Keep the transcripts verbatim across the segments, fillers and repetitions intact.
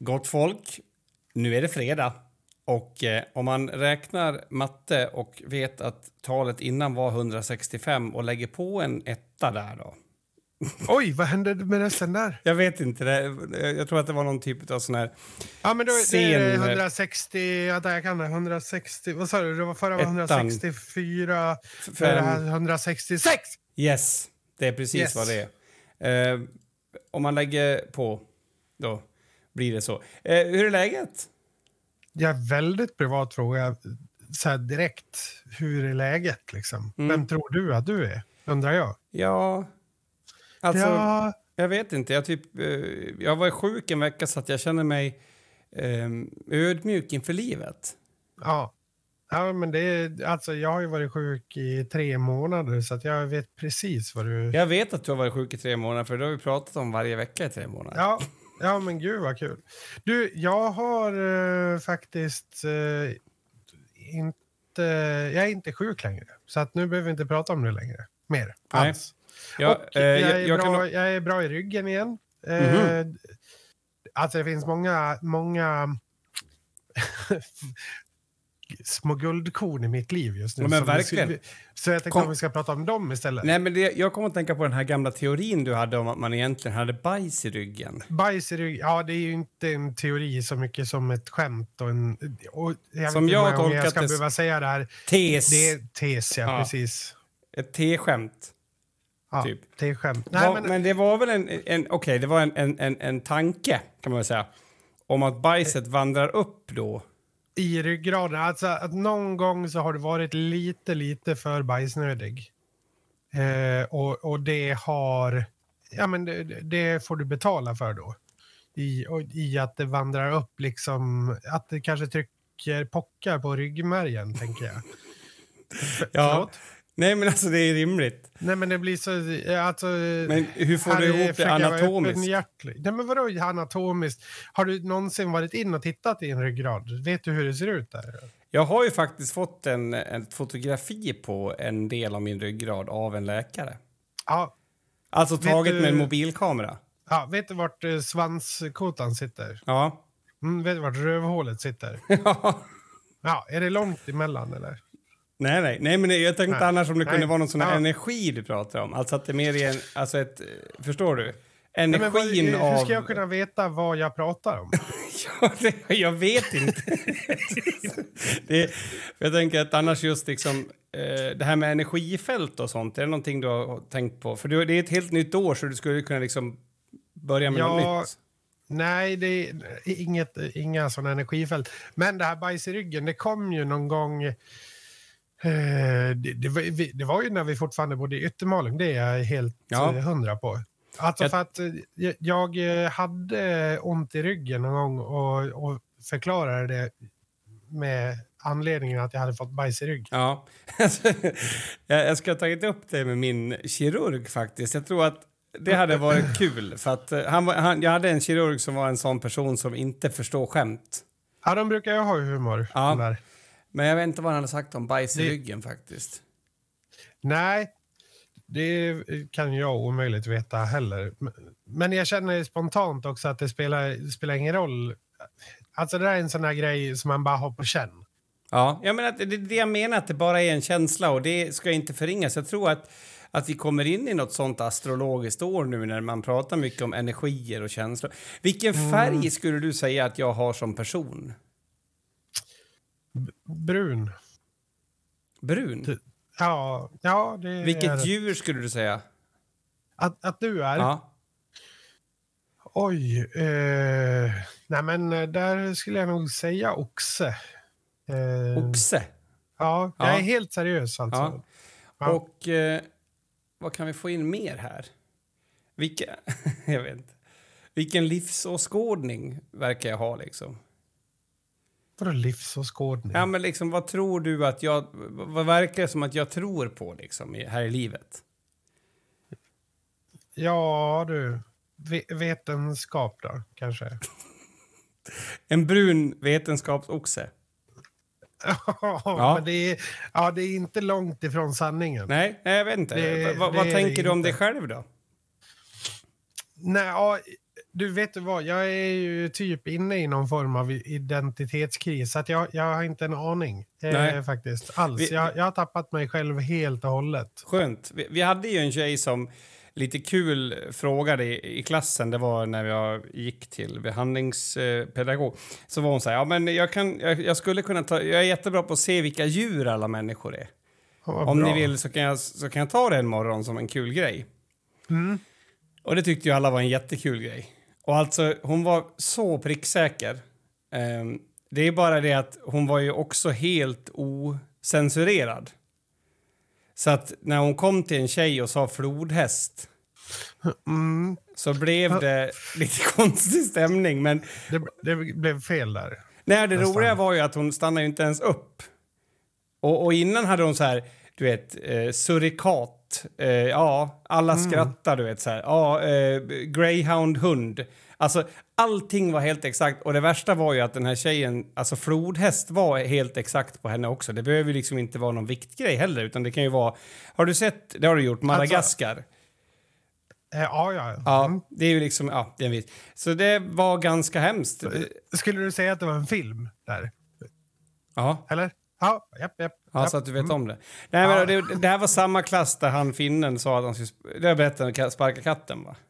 Gott folk, nu är det fredag. Och eh, om man räknar matte och vet att talet innan var hundrasextiofem och lägger på en etta där då. Oj, vad hände med resten där? Jag vet inte, det, jag tror att det var någon typ av sån här Ja, men då scen... det är hundrasextio, ja, där jag kan det, hundrasextio, vad sa du? Det var förra var hundrasextiofyra, för det här hundrasextiosex! Yes, det är precis yes. vad det är. Eh, om man lägger på, då blir det så. Eh, hur är läget? Jag är väldigt privat fråga, så här direkt, hur är läget liksom? Mm. Vem tror du att du är, undrar jag? Ja, alltså, ja. jag vet inte. Jag, typ, eh, jag var sjuk en vecka så att jag känner mig eh, ödmjuk inför livet. Ja. Ja, men det är, alltså jag har ju varit sjuk i tre månader så att jag vet precis vad du... Jag vet att du har varit sjuk i tre månader för det har vi pratat om varje vecka i tre månader. Ja, ja men gud vad kul. Du, jag har uh, faktiskt uh, inte... Jag är inte sjuk längre. Så att nu behöver vi inte prata om det längre. Mer. Alls. Ja, och eh, jag, jag, är jag, bra, kan... jag är bra i ryggen igen. Mm-hmm. Uh, alltså det finns många... många små guldkorn i mitt liv just nu. Ja, men verkligen. Vi, så jag tänkte Kom. om vi ska prata om dem istället. Nej, men det, jag kommer att tänka på den här gamla teorin du hade om att man egentligen hade bajs i ryggen. Bajs i ryggen, ja det är ju inte en teori så mycket som ett skämt och en... Och jag som vet jag inte tolkat jag ska det... behöva säga det här. Tes. Det är tes, ja, ja. precis. Ett te-skämt. Ja, typ. te-skämt. Nej, var, men... men det var väl en... en Okej, okay, det var en, en, en, en tanke, kan man väl säga. Om att bajset vandrar upp då. I ryggraden. Alltså att någon gång så har du varit lite, lite för bajsnödig. Eh, och, och det har... Ja, men det, det får du betala för då. I, och, I att det vandrar upp liksom... Att det kanske trycker pockar på ryggmärgen, tänker jag. För, ja. Förlåt? Nej, men alltså det är rimligt. Nej, men det blir så... Alltså, men hur får du ihop det anatomiskt? Nej, men vadå anatomiskt? Har du någonsin varit in och tittat i en ryggrad? Vet du hur det ser ut där? Jag har ju faktiskt fått en, en fotografi på en del av min ryggrad av en läkare. Ja. Alltså taget du, med en mobilkamera. Ja, vet du vart eh, svanskotan sitter? Ja. Mm, vet du vart rövhålet sitter? ja. Ja, är det långt emellan eller? Nej, nej. Nej, men jag tänkte nej. annars om det nej. kunde vara någon sån här ja. energi du pratar om. Alltså att det är mer i en, alltså ett, förstår du? Energin nej, vad, av... Hur ska jag kunna veta vad jag pratar om? ja, det, jag vet inte. det, jag tänker att annars just liksom, eh, det här med energifält och sånt, är det någonting du har tänkt på? För det är ett helt nytt år så du skulle kunna liksom börja med ja, något nytt. Nej, det är inget, inga sådana energifält. Men det här bajs i ryggen, det kom ju någon gång... Det, det, var, det var ju när vi fortfarande bodde i Yttermalung, det är jag helt ja. hundra på. Alltså jag... för att jag hade ont i ryggen någon gång och, och förklarade det med anledningen att jag hade fått bajs i ryggen. Ja, jag ska ha tagit upp det med min kirurg faktiskt. Jag tror att det hade varit kul för att han, han, jag hade en kirurg som var en sån person som inte förstår skämt. Ja, de brukar ju ha humor. Ja. Där. Men jag vet inte vad han hade sagt om bajs i det... ryggen faktiskt. Nej, det kan jag omöjligt veta heller. Men jag känner spontant också att det spelar, det spelar ingen roll. Alltså det där är en sån här grej som man bara har på känn. Ja, jag menar, det är det jag menar att det bara är en känsla och det ska inte förringas. Jag tror att, att vi kommer in i något sånt astrologiskt år nu när man pratar mycket om energier och känslor. Vilken färg mm. skulle du säga att jag har som person? Brun. Brun? Ja, ja det Vilket är... djur skulle du säga? Att, att du är? Ja. Oj. Eh, nej men där skulle jag nog säga oxe. Eh, oxe? Ja, jag ja. är helt seriös alltså. Ja. Ja. Och eh, vad kan vi få in mer här? Vilka, jag vet inte. Vilken livsåskådning verkar jag ha liksom? Vadå livsåskådning? Ja, men liksom, vad tror du att jag... Vad verkar det som att jag tror på liksom, här i livet? Ja, du... Vetenskap då, kanske? En brun vetenskapsoxe. ja, men det är, ja, det är inte långt ifrån sanningen. Nej, nej jag vet inte. Det, va, vad det tänker du om inte. dig själv då? Nej, ja, Du vet vad, jag är ju typ inne i någon form av identitetskris. Så att jag, jag har inte en aning eh, faktiskt alls. Vi, jag, jag har tappat mig själv helt och hållet. Skönt. Vi, vi hade ju en tjej som lite kul frågade i, i klassen. Det var när jag gick till behandlingspedagog. Så var hon så här, ja men jag, kan, jag, jag skulle kunna ta, jag är jättebra på att se vilka djur alla människor är. Oh, Om bra. ni vill så kan, jag, så kan jag ta det en morgon som en kul grej. Mm. Och det tyckte ju alla var en jättekul grej. Och alltså, hon var så pricksäker. Um, det är bara det att hon var ju också helt osensurerad. Så att när hon kom till en tjej och sa flodhäst Mm. så blev det lite konstig stämning. Men Det, det blev fel där. nej, det Nästan. roliga var ju att hon stannade ju inte ens upp. Och, och innan hade hon så här, du vet, eh, surikat. Eh, ja, alla Mm. skrattar, du vet så här. Ja, eh, greyhound-hund. Alltså, allting var helt exakt. Och det värsta var ju att den här tjejen, alltså flodhäst var helt exakt på henne också. Det behöver ju liksom inte vara någon viktgrej heller, utan det kan ju vara... Har du sett, det har du gjort, Madagaskar? Alltså, eh, ja, ja. Ja, Mm. det är ju liksom, ja, det är en vis. Så det var ganska hemskt. Skulle du säga att det var en film där? Ja. Eller? Ja, japp, japp. Ja, japp. så att du vet Mm. om det. Nej, men Ja. det, det här var samma klass där han finnen sa att han skulle... sp- Det har jag berättat om sparka katten, va?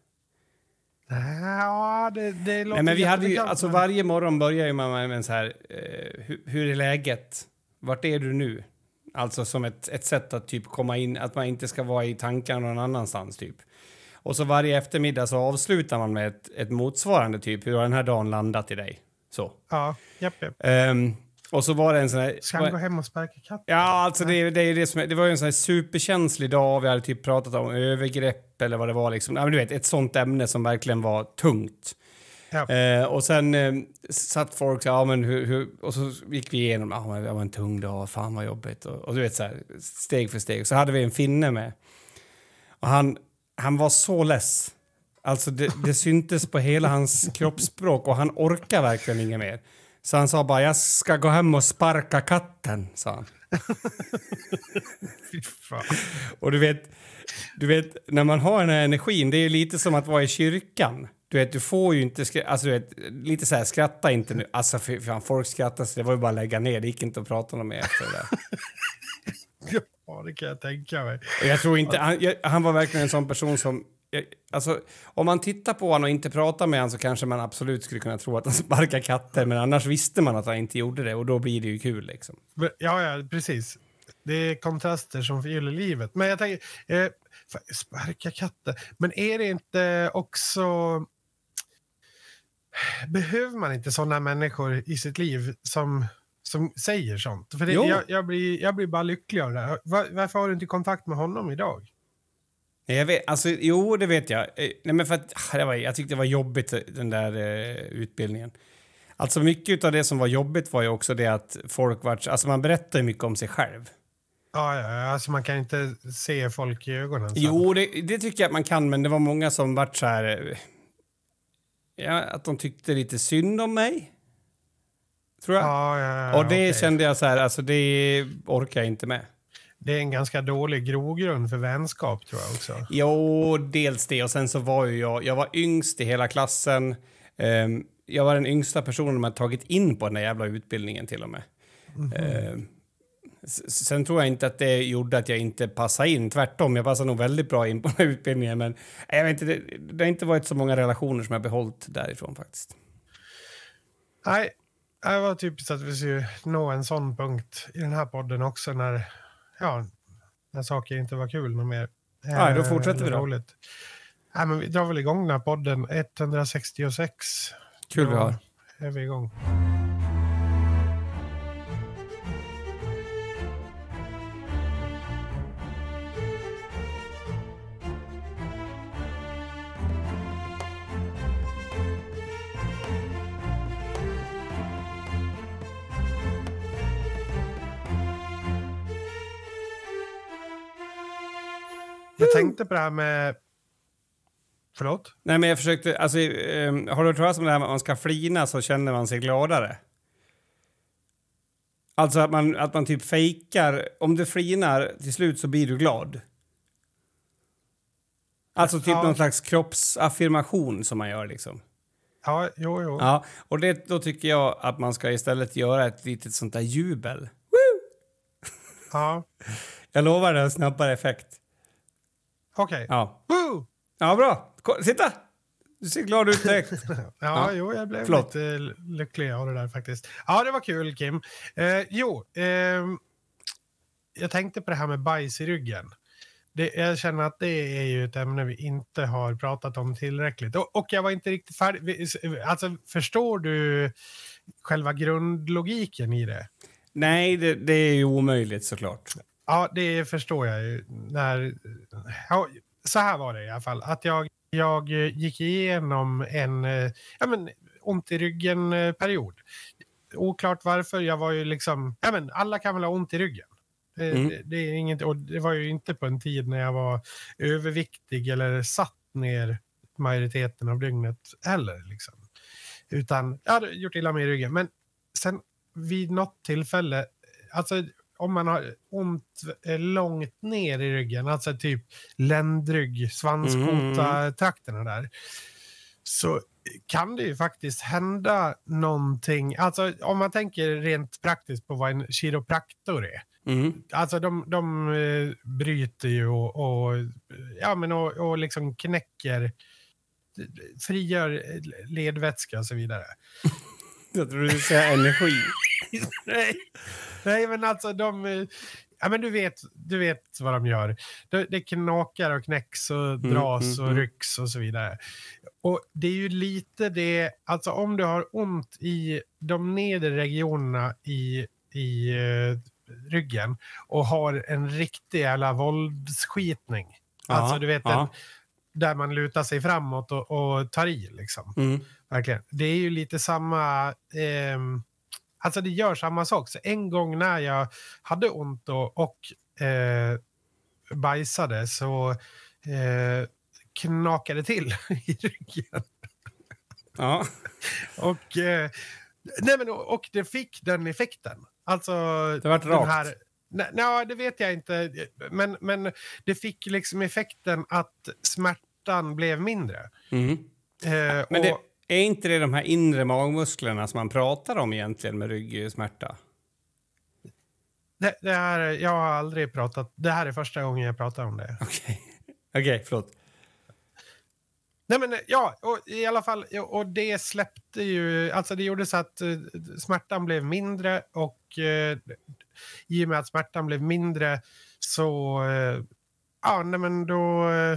Ja, det, det låter Nej, men vi hade ju, jättebekant, alltså men- varje morgon börjar ju man med en så här, eh, hur, hur är läget? Vart är du nu? Alltså som ett, ett sätt att typ komma in, att man inte ska vara i tankarna någon annanstans typ. Och så varje eftermiddag så avslutar man med ett, ett motsvarande typ, hur har den här dagen landat i dig? Så. Ja, japp, japp. Ehm, och så var det en sån här... Ska han gå hem och sparka katten? Ja, alltså det, det, är det, som, är- det var ju en sån här superkänslig dag. Vi hade typ pratat om övergrepp eller vad det var. Liksom. Ja, men du vet, ett sånt ämne som verkligen var tungt. Ja. Eh, och sen eh, satt folk så ja men hur, hur, och så gick vi igenom, ja men det var en tung dag, fan vad jobbigt. Och, och du vet så här, steg för steg. Så hade vi en finne med. Och han, han var så less. Alltså det, det syntes på hela hans kroppsspråk och han orkar verkligen inget mer. Så han sa bara, jag ska gå hem och sparka katten, sa han. Fy fan. Och du vet, du vet, när man har den här energin, det är ju lite som att vara i kyrkan. Du vet, du får ju inte, skra- alltså du vet, lite så här, skratta inte nu. Alltså för fan, folk skrattar så det var ju bara att lägga ner, det gick inte att prata något mer efter det där. Ja, det kan jag tänka mig. Och jag tror inte, han, jag, han var verkligen en sån person som, jag, alltså om man tittar på honom och inte pratar med honom så kanske man absolut skulle kunna tro att han sparkar katter, men annars visste man att han inte gjorde det och då blir det ju kul liksom. Men- Ja, ja, precis. Det är kontraster som förgyller livet. Men jag tänker, eh, fan, sparka katter. Men är det inte också... Behöver man inte sådana människor i sitt liv som, som säger sånt? För det, Jo. jag, jag, blir, jag blir bara lycklig av det här. Var, varför har du inte kontakt med honom idag? Nej, jag vet, alltså, jo, det vet jag. Eh, Nej, men för att, ah, det var, jag tyckte det var jobbigt, den där eh, utbildningen. Alltså mycket av det som var jobbigt var ju också det att folk var... Alltså man berättar ju mycket om sig själv. Ja, ja, alltså man kan inte se folk i ögonen. så. Jo, det, det tycker jag att man kan, men det var många som vart så här... eh, Ja, att de tyckte lite synd om mig. Tror jag. Ja, ja, ja, Och det okej. kände jag så här, alltså det orkar jag inte med. Det är en ganska dålig grogrund för vänskap, tror jag också. Jo, dels det. Och sen så var ju jag, jag var yngst i hela klassen. Ehm, jag var den yngsta personen man tagit in på den här jävla utbildningen till och med. Ehm, s- sen tror jag inte att det gjorde att jag inte passade in. Tvärtom, jag passade nog väldigt bra in på den här utbildningen. Men jag vet inte, det, det har inte varit så många relationer som jag behållit därifrån faktiskt. Nej, det var typiskt att vi skulle nå en sån punkt i den här podden också när, ja, när saker inte var kul något mer. Ja, då Eh, fortsätter eller vi då. roligt. Nej, men vi drar väl igång den här podden. etthundrasextiosex. Kul vi Då har. är vi igång. Jag tänkte på det här med... Förlåt? Nej, men jag försökte, alltså, ehm, har du hört talas om det här med att man ska flina så känner man sig gladare? Alltså att man, att man typ fejkar, om du flinar till slut så blir du glad. Alltså typ Ja. någon slags kroppsaffirmation som man gör liksom. Ja, jo, jo. Ja, och det, då tycker jag att man ska istället göra ett litet sånt där jubel. Woo! Ja. Jag lovar det, en snabbare effekt. Okej. Okay. Ja. Woo! Ja, bra. Sitta! Du ser glad ut direkt. ja, ja, jo, jag blev Förlåt. lite lycklig av det där faktiskt. Ja, det var kul, Kim. Eh, jo, eh, jag tänkte på det här med bajs i ryggen. Det, jag känner att det är ju ett ämne vi inte har pratat om tillräckligt. Och, och jag var inte riktigt färdig. Alltså, förstår du själva grundlogiken i det? Nej, det, det är ju omöjligt såklart. Ja, det förstår jag ju. När, ja, så här var det i alla fall. Att jag, jag gick igenom en ja, men, ont i ryggen-period. Oklart varför. Jag var ju liksom... Ja, men, alla kan väl ha ont i ryggen. Mm. Det, det, är inget, och det var ju inte på en tid när jag var överviktig eller satt ner majoriteten av dygnet heller. Liksom. Utan jag hade gjort illa mig i ryggen. Men sen vid något tillfälle, alltså om man har ont långt ner i ryggen, alltså typ ländrygg, svanskota, trakterna där, så kan det ju faktiskt hända någonting. Alltså om man tänker rent praktiskt på vad en kiropraktor är. Mm. Alltså de, de uh, bryter ju och, och, ja, men och, och liksom knäcker, frigör ledvätska och så vidare. Jag tror du säger energi. nej, nej, men alltså de... Ja, men du vet, du vet vad de gör. Det, det knakar och knäcks och dras mm, mm, och rycks och så vidare. Och det är ju lite det... Alltså om du har ont i de nedre regionerna i... i uh, ryggen och har en riktig jävla våldsskitning. Ja, alltså du vet ja. en, där man lutar sig framåt och, och tar i liksom. Mm. Verkligen. Det är ju lite samma eh, alltså det gör samma sak. Så en gång när jag hade ont och, och eh, bajsade så eh, knakade till i ryggen. Ja. och eh, nej men och det fick den effekten. Alltså, det var rakt. Här, nej, nej, det vet jag inte. Men, men det fick liksom effekten att smärtan blev mindre. Mm. Eh, men det, är inte det de här inre magmusklerna som man pratar om egentligen med ryggsmärta? Det, det här, jag har aldrig pratat... Det här är första gången jag pratar om det. Okej, okay. okay, förlåt. Nej men ja, och i alla fall, och det släppte ju, alltså det gjorde så att uh, smärtan blev mindre och uh, i och med att smärtan blev mindre så, uh, ja nej men då, uh,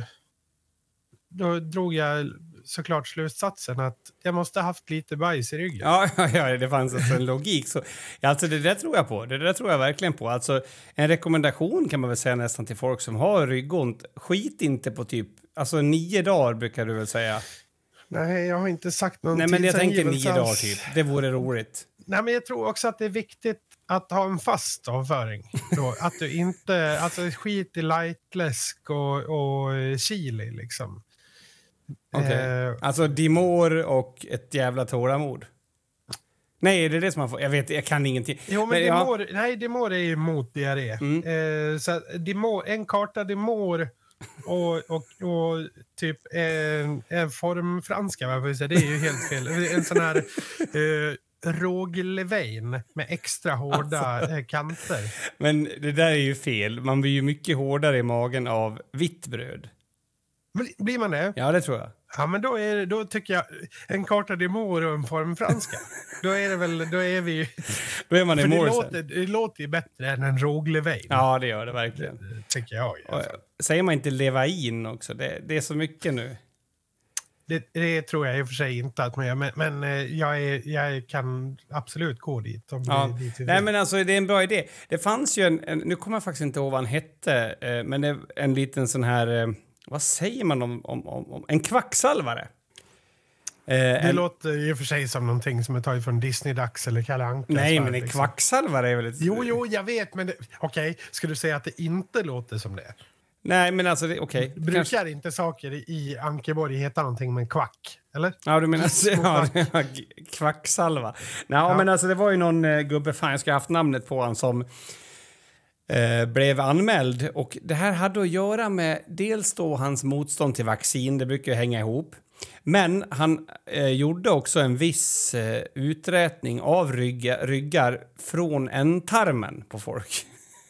då drog jag såklart slutsatsen att jag måste ha haft lite bajs i ryggen. Ja, ja det fanns alltså en logik. Så, alltså det där tror jag på, det där tror jag verkligen på. Alltså en rekommendation kan man väl säga nästan till folk som har ryggont. Skit inte på typ, alltså nio dagar brukar du väl säga. Nej, jag har inte sagt någonting. Nej, men jag tänker nio dagar typ, det vore roligt. Nej, men jag tror också att det är viktigt att ha en fast avföring. Då. Att du inte, alltså skit i lightläsk och, och chili liksom. Okej, okay. eh, alltså dimor och ett jävla tålamod. Nej, är det det som man får? Jag vet, jag kan ingenting. Jo, men, men dimor, ja. Nej, dimor är ju mot diarré. Mm. Eh, så dimor, en karta dimor och, och, och typ en, en formfranska, vad får jag säga, det är ju helt fel. En sån här eh, råglevein med extra hårda alltså. kanter. Men det där är ju fel. Man blir ju mycket hårdare i magen av vitt bröd. Blir man det? Ja, det tror jag. Ja, men då, är, då tycker jag en karta de mor och en form franska. då är det väl, då är vi ju... Då är man i mål. Det låter, det låter ju bättre än en råglevein. Ja, det gör det verkligen. Det, det tycker jag. Och, säger man inte levain också? Det, det är så mycket nu. Det, det tror jag i och för sig inte att man gör, men, men jag, är, jag kan absolut gå dit. Om ja. det, dit Nej, men alltså det är en bra idé. Det fanns ju en, en nu kommer jag faktiskt inte ihåg vad han hette, eh, men det är en liten sån här... Eh, vad säger man om, om, om, om en kvacksalvare? Eh, det en... låter i och för sig som någonting som är taget från Disney-dags eller Kalle Anka. Nej, men en liksom. Kvacksalvare är väl ett... Jo, jo, jag vet, men det... okej, okay. Ska du säga att det inte låter som det? Nej, men alltså, okej. Okay. Brukar Kanske... inte saker i Ankeborg heta någonting med en kvack, eller? Ja, du menar ja, kvacksalva. Nej, ja. Men alltså det var ju någon uh, gubbe, fan jag ska ha haft namnet på han som... Eh, blev anmäld, och det här hade att göra med dels då hans motstånd till vaccin, det brukar ju hänga ihop, Men han eh, gjorde också en viss eh, uträtning av rygga, ryggar från ändtarmen på folk.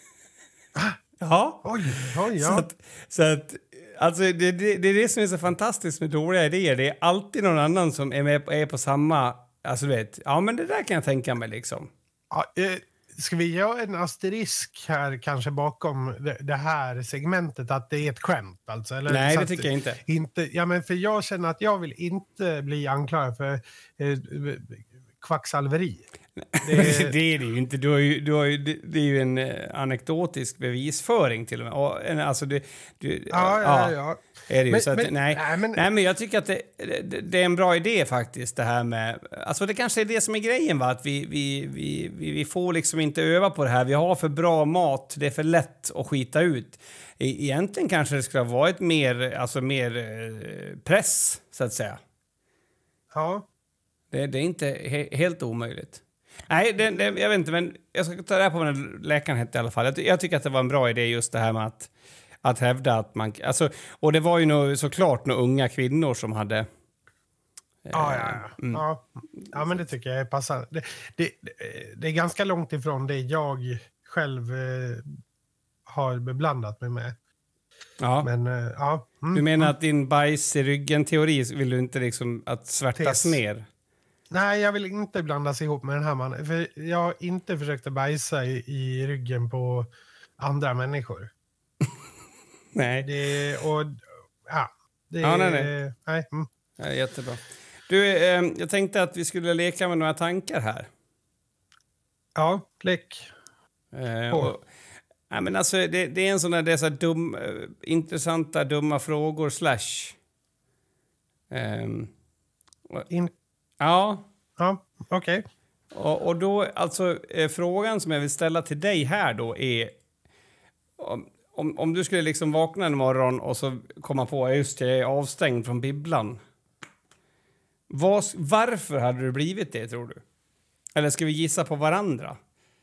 Ja. Oj, oj, ja. Så att, så att alltså det, det, det är det som är så fantastiskt med dåliga idéer. Det är alltid någon annan som är med är på samma... Alltså du vet, ja men det där kan jag tänka mig liksom. Ja, eh, ska vi göra en asterisk här kanske bakom det, det här segmentet att det är ett skämt alltså? Eller, Nej, så det att, tycker jag inte. inte. Ja, men för jag känner att jag vill inte bli anklagad för eh, kvacksalveri. Det, det är det ju inte. Du har ju, du har ju, det, det är ju en eh, anekdotisk bevisföring till och med. Och, en, alltså, du, du, ja, ja, ja. Är det ju, men, så att, men, nej, nej, men, nej, men jag tycker att det, det, det är en bra idé faktiskt, det här med... Alltså det kanske är det som är grejen, va? Att vi, vi, vi, vi, vi får liksom inte öva på det här. Vi har för bra mat, det är för lätt att skita ut. E- egentligen kanske det skulle ha varit mer, alltså mer eh, press, så att säga. Ja. Det, det är inte he, helt omöjligt. Nej, det, det, jag vet inte, men jag ska ta det här på vad den läkaren hette i alla fall. Jag, jag tycker att det var en bra idé just det här med att, att hävda att man... Alltså, och det var ju nog, såklart några unga kvinnor som hade... Eh, Ja, ja, ja. Mm. ja. Ja, men det tycker jag passar. Det, det, det är ganska långt ifrån det jag själv eh, har beblandat mig med. Ja. Men, eh, ja. Mm, Du menar mm. att din bajs i ryggen-teori vill du inte liksom att svärtas Tes. mer? Nej, jag vill inte blandas ihop med den här mannen. För jag har inte försökt att bajsa i, i ryggen på andra människor. Nej. Det, och, ja, det Ja, nej, nej. nej. Mm. Ja, jättebra. Du, eh, jag tänkte att vi skulle leka med några tankar här. Ja, klick. Eh, och, ja, men alltså, det, det är en sån där, det är så här dum, eh, intressanta, dumma frågor slash... ehm, In, ja, ja, okej. Okay. och, och då, alltså, eh, frågan som jag vill ställa till dig här då är... Om, om, om du skulle liksom vakna en morgon och så komma på, just det, jag är avstängd från bibblan. Var, varför hade du blivit det, tror du? Eller ska vi gissa på varandra?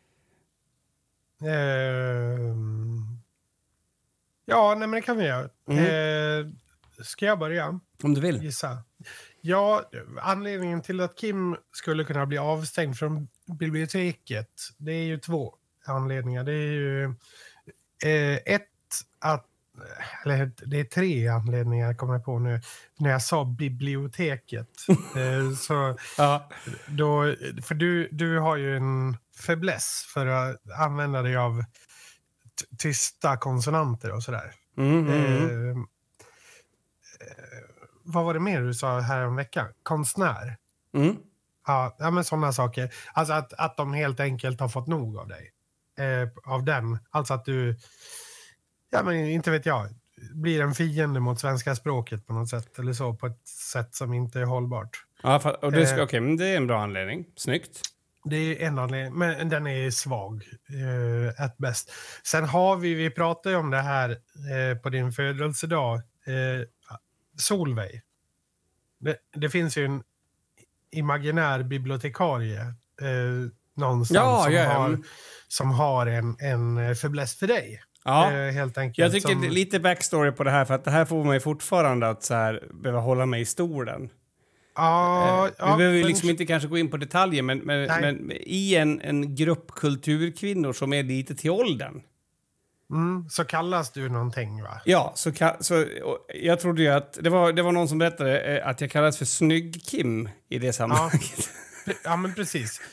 Ehm, ja, nej, men det kan vi göra. Mm. Eh, ska jag börja? Om du vill. Gissa. Ja, anledningen till att Kim skulle kunna bli avstängd från biblioteket, det är ju två anledningar. Det är ju eh, ett att, eller det är tre anledningar kommer jag på nu, när jag sa biblioteket. eh, så Ja. då, för du, du har ju en fäbless för att använda dig av t- tysta konsonanter och sådär. Mm, mm, mm. Eh, vad var det mer du sa här om veckan? Konstnär. Mm. Ja, ja men sådana saker. Alltså att, att de helt enkelt har fått nog av dig. Eh, av den. Alltså att du, ja men inte vet jag, blir en fiende mot svenska språket på något sätt. Eller så, på ett sätt som inte är hållbart. Ja, för, och det, ska, Eh. okej, men det är en bra anledning. Snyggt. Det är en anledning, men den är svag. Eh, ett bäst. Sen har vi, vi pratade ju om det här eh, på din födelsedag. Eh, Solveig. Det, det finns ju en imaginär bibliotekarie eh, någonstans Ja, som, ja, ja. har, som har en, en fäbless för dig. Ja. Eh, helt enkelt. Jag tycker som, det är lite backstory på det här, för att det här får mig fortfarande att så här, behöva hålla mig i stolen. ja, Eh, ja, vi behöver men- liksom inte kanske gå in på detaljer, men, men, Nej. men i en, en grupp kulturkvinnor som är lite till åldern. mm, så kallas du någonting, va? Ja, så, ka, så och jag trodde ju att... Det var, det var någon som berättade eh, att jag kallades för Snygg-Kim i det sammanhanget. Ja, men precis.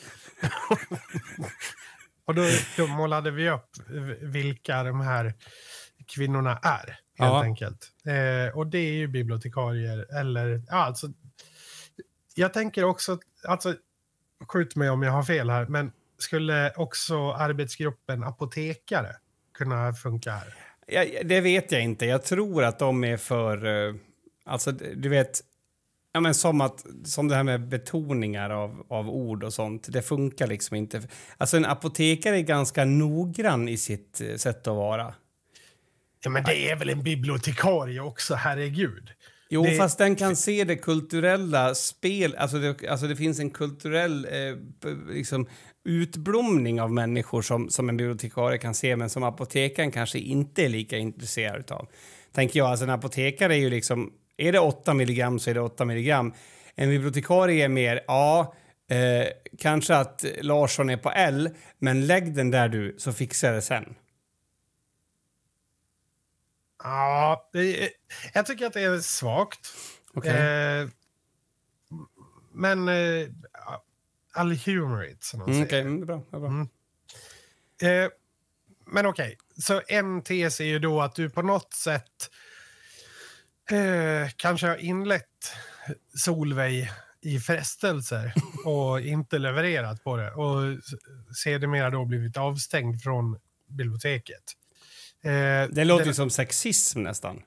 Och då, då målade vi upp vilka de här kvinnorna är, helt Ja. enkelt. Eh, och det är ju bibliotekarier, eller... Ja, alltså, jag tänker också... Alltså, skjut mig om jag har fel här, men skulle också arbetsgruppen apotekare kunna funka här? Ja, det vet jag inte. Jag tror att de är för... eh, Alltså, du vet... Ja, men som, att, som det här med betoningar av, av ord och sånt. Det funkar liksom inte. Alltså en apotekare är ganska noggrann i sitt eh, sätt att vara. Ja, men det är väl en bibliotekarie också, herregud. Jo, Det- fast den kan se det kulturella spel... Alltså det, alltså det finns en kulturell eh, b- liksom, utblomning av människor som, som en bibliotekarie kan se, men som apotekaren kanske inte är lika intresserad av. Tänker jag, alltså en apotekare är ju liksom Är det åtta milligram så är det åtta milligram. En bibliotekarie är mer, ja, eh, kanske att Larsson är på L, men lägg den där du, så fixar jag det sen. Ja, det är, jag tycker att det är svagt. Okay. Eh, men eh, all humor it, som man mm, säger. Okej, okay. bra. bra. Mm. Eh, men okej, okay. Så en tes är ju då att du på något sätt eh, kanske har inlett Solveig i frestelser och inte levererat på det. Och sedermera då blivit avstängd från biblioteket. Eh, det låter ju det, som sexism nästan.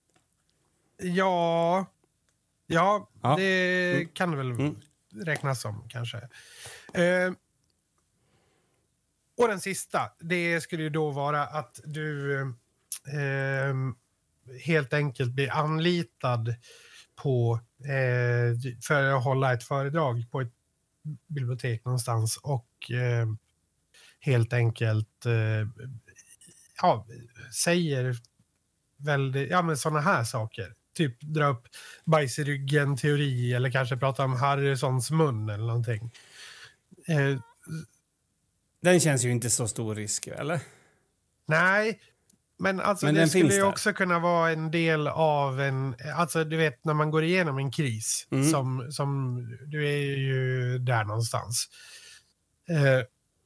Ja, ja, ja. det mm. kan det väl mm. räknas som kanske. Eh, och den sista, det skulle ju då vara att du eh, helt enkelt blir anlitad på, eh, för att hålla ett föredrag på ett bibliotek någonstans och eh, helt enkelt eh, ja, säger väldigt, ja men sådana här saker. Typ dra upp bajs i ryggen teori eller kanske prata om Harrisons mun eller någonting. Eh, den känns ju inte så stor risk, eller? Nej, men alltså men det skulle ju där. också kunna vara en del av en, alltså du vet när man går igenom en kris mm. som, som du är ju där någonstans. Eh,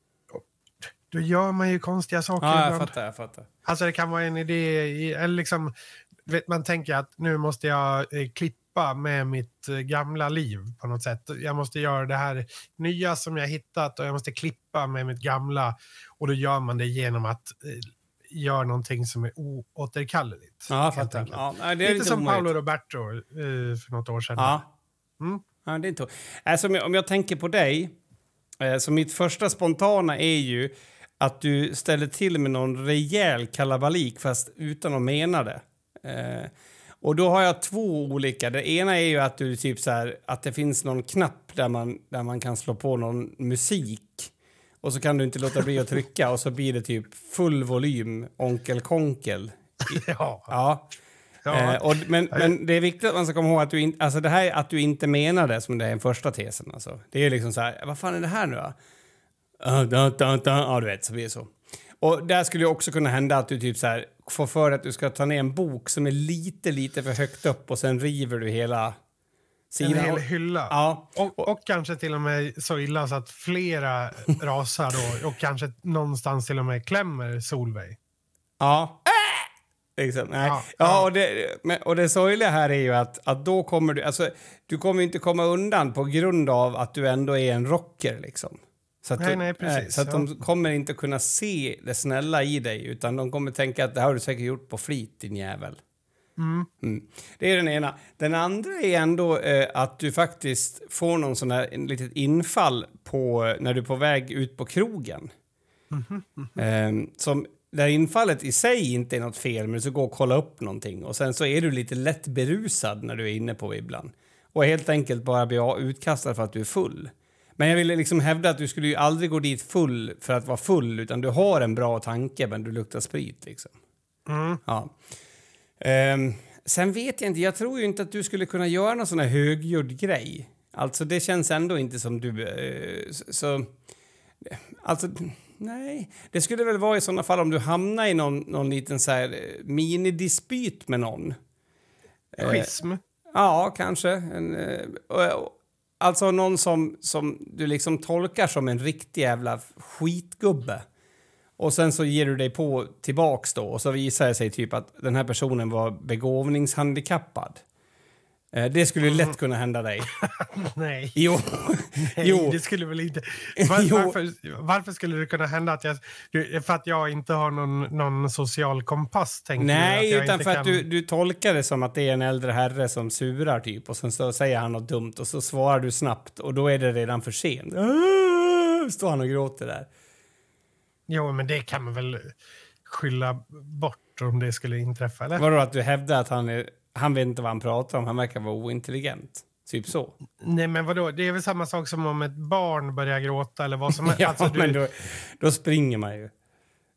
då gör man ju konstiga saker. Ja, jag ibland. fattar, jag fattar. Alltså det kan vara en idé, i, eller liksom, vet, man tänker att nu måste jag eh, klippa med mitt eh, gamla liv på något sätt. Jag måste göra det här nya som jag hittat och jag måste klippa med mitt gamla. Och då gör man det genom att eh, göra någonting som är oåterkalleligt. Ja, jag fattar. Ja, det är lite, lite som omöjligt. Paolo Roberto eh, för något år sedan. Ja, mm. ja det är inte... Alltså, om, jag, om jag tänker på dig, eh, så mitt första spontana är ju att du ställer till med någon rejäl kalabalik fast utan att mena det. Eh, och då har jag två olika. Det ena är ju att du typ så här, att det finns någon knapp där man, där man kan slå på någon musik. Och så kan du inte låta bli att trycka och så blir det typ full volym Onkel Konkel. ja. Ja. ja. Eh, och, men, men det är viktigt att man ska komma ihåg att du, in, alltså det här att du inte menar det som det är den första tesen. Alltså. Det är liksom så här, vad fan är det här nu då? Uh, da, da, da. Ja, du vet, så blir det så. Och där skulle ju också kunna hända att du typ så här får för att du ska ta ner en bok som är lite, lite för högt upp och sen river du hela sidan. En hel hylla. Ja. Och, och, och kanske till och med så illa så att flera rasar då och kanske någonstans till och med klämmer Solveig. Ja. Liksom. Nej. Ja, ja. Och, det, och det sorgliga här är ju att, att då kommer du, alltså du kommer inte komma undan på grund av att du ändå är en rocker liksom. Så att, nej, du, nej, precis, så att ja. de kommer inte kunna se det snälla i dig utan de kommer tänka att det här har du säkert gjort på flit, din jävel. Mm. Mm. Det är den ena. Den andra är ändå eh, att du faktiskt får någon sån här en litet infall på, när du är på väg ut på krogen. Mm-hmm, mm-hmm. Eh, som, där infallet i sig inte är något fel, men så gå och kolla upp någonting. Och sen så är du lite lätt berusad när du är inne på bibblan. Och helt enkelt bara bli utkastad för att du är full. Men jag ville liksom hävda att du skulle ju aldrig gå dit full för att vara full, utan du har en bra tanke men du luktar sprit liksom. Mm. Ja. Um, sen vet jag inte, jag tror ju inte att du skulle kunna göra någon sån här högljudd grej. Alltså det känns ändå inte som du... Uh, så... Alltså, nej. Det skulle väl vara i sådana fall om du hamnar i någon, någon liten så här minidispyt med någon. Schism? Uh, ja, kanske. En, uh, uh, Alltså någon som, som du liksom tolkar som en riktig jävla skitgubbe. Och sen så ger du dig på tillbaks då. Och så visar det sig typ att den här personen var begåvningshandikappad. Eh, det skulle mm. lätt kunna hända dig. Nej. Jo. Nej, jo. Det skulle väl inte... Var, varför, varför skulle det kunna hända att jag... För att jag inte har någon, någon social kompass, tänker Nej, jag. Att utan för kan... att du, du tolkar det som att det är en äldre herre som surar typ. Och sen så säger han något dumt och så svarar du snabbt. Och då är det redan för sent. Står han och gråter där. Jo, men det kan man väl skylla bort om det skulle inträffa, eller? Vadå, att du hävdar att han är... Han vet inte vad han pratar om. Han verkar vara ointelligent. Typ så. Nej, men vadå? Det är väl samma sak som om ett barn börjar gråta eller vad som helst. ja, alltså, du... men då, då springer man ju.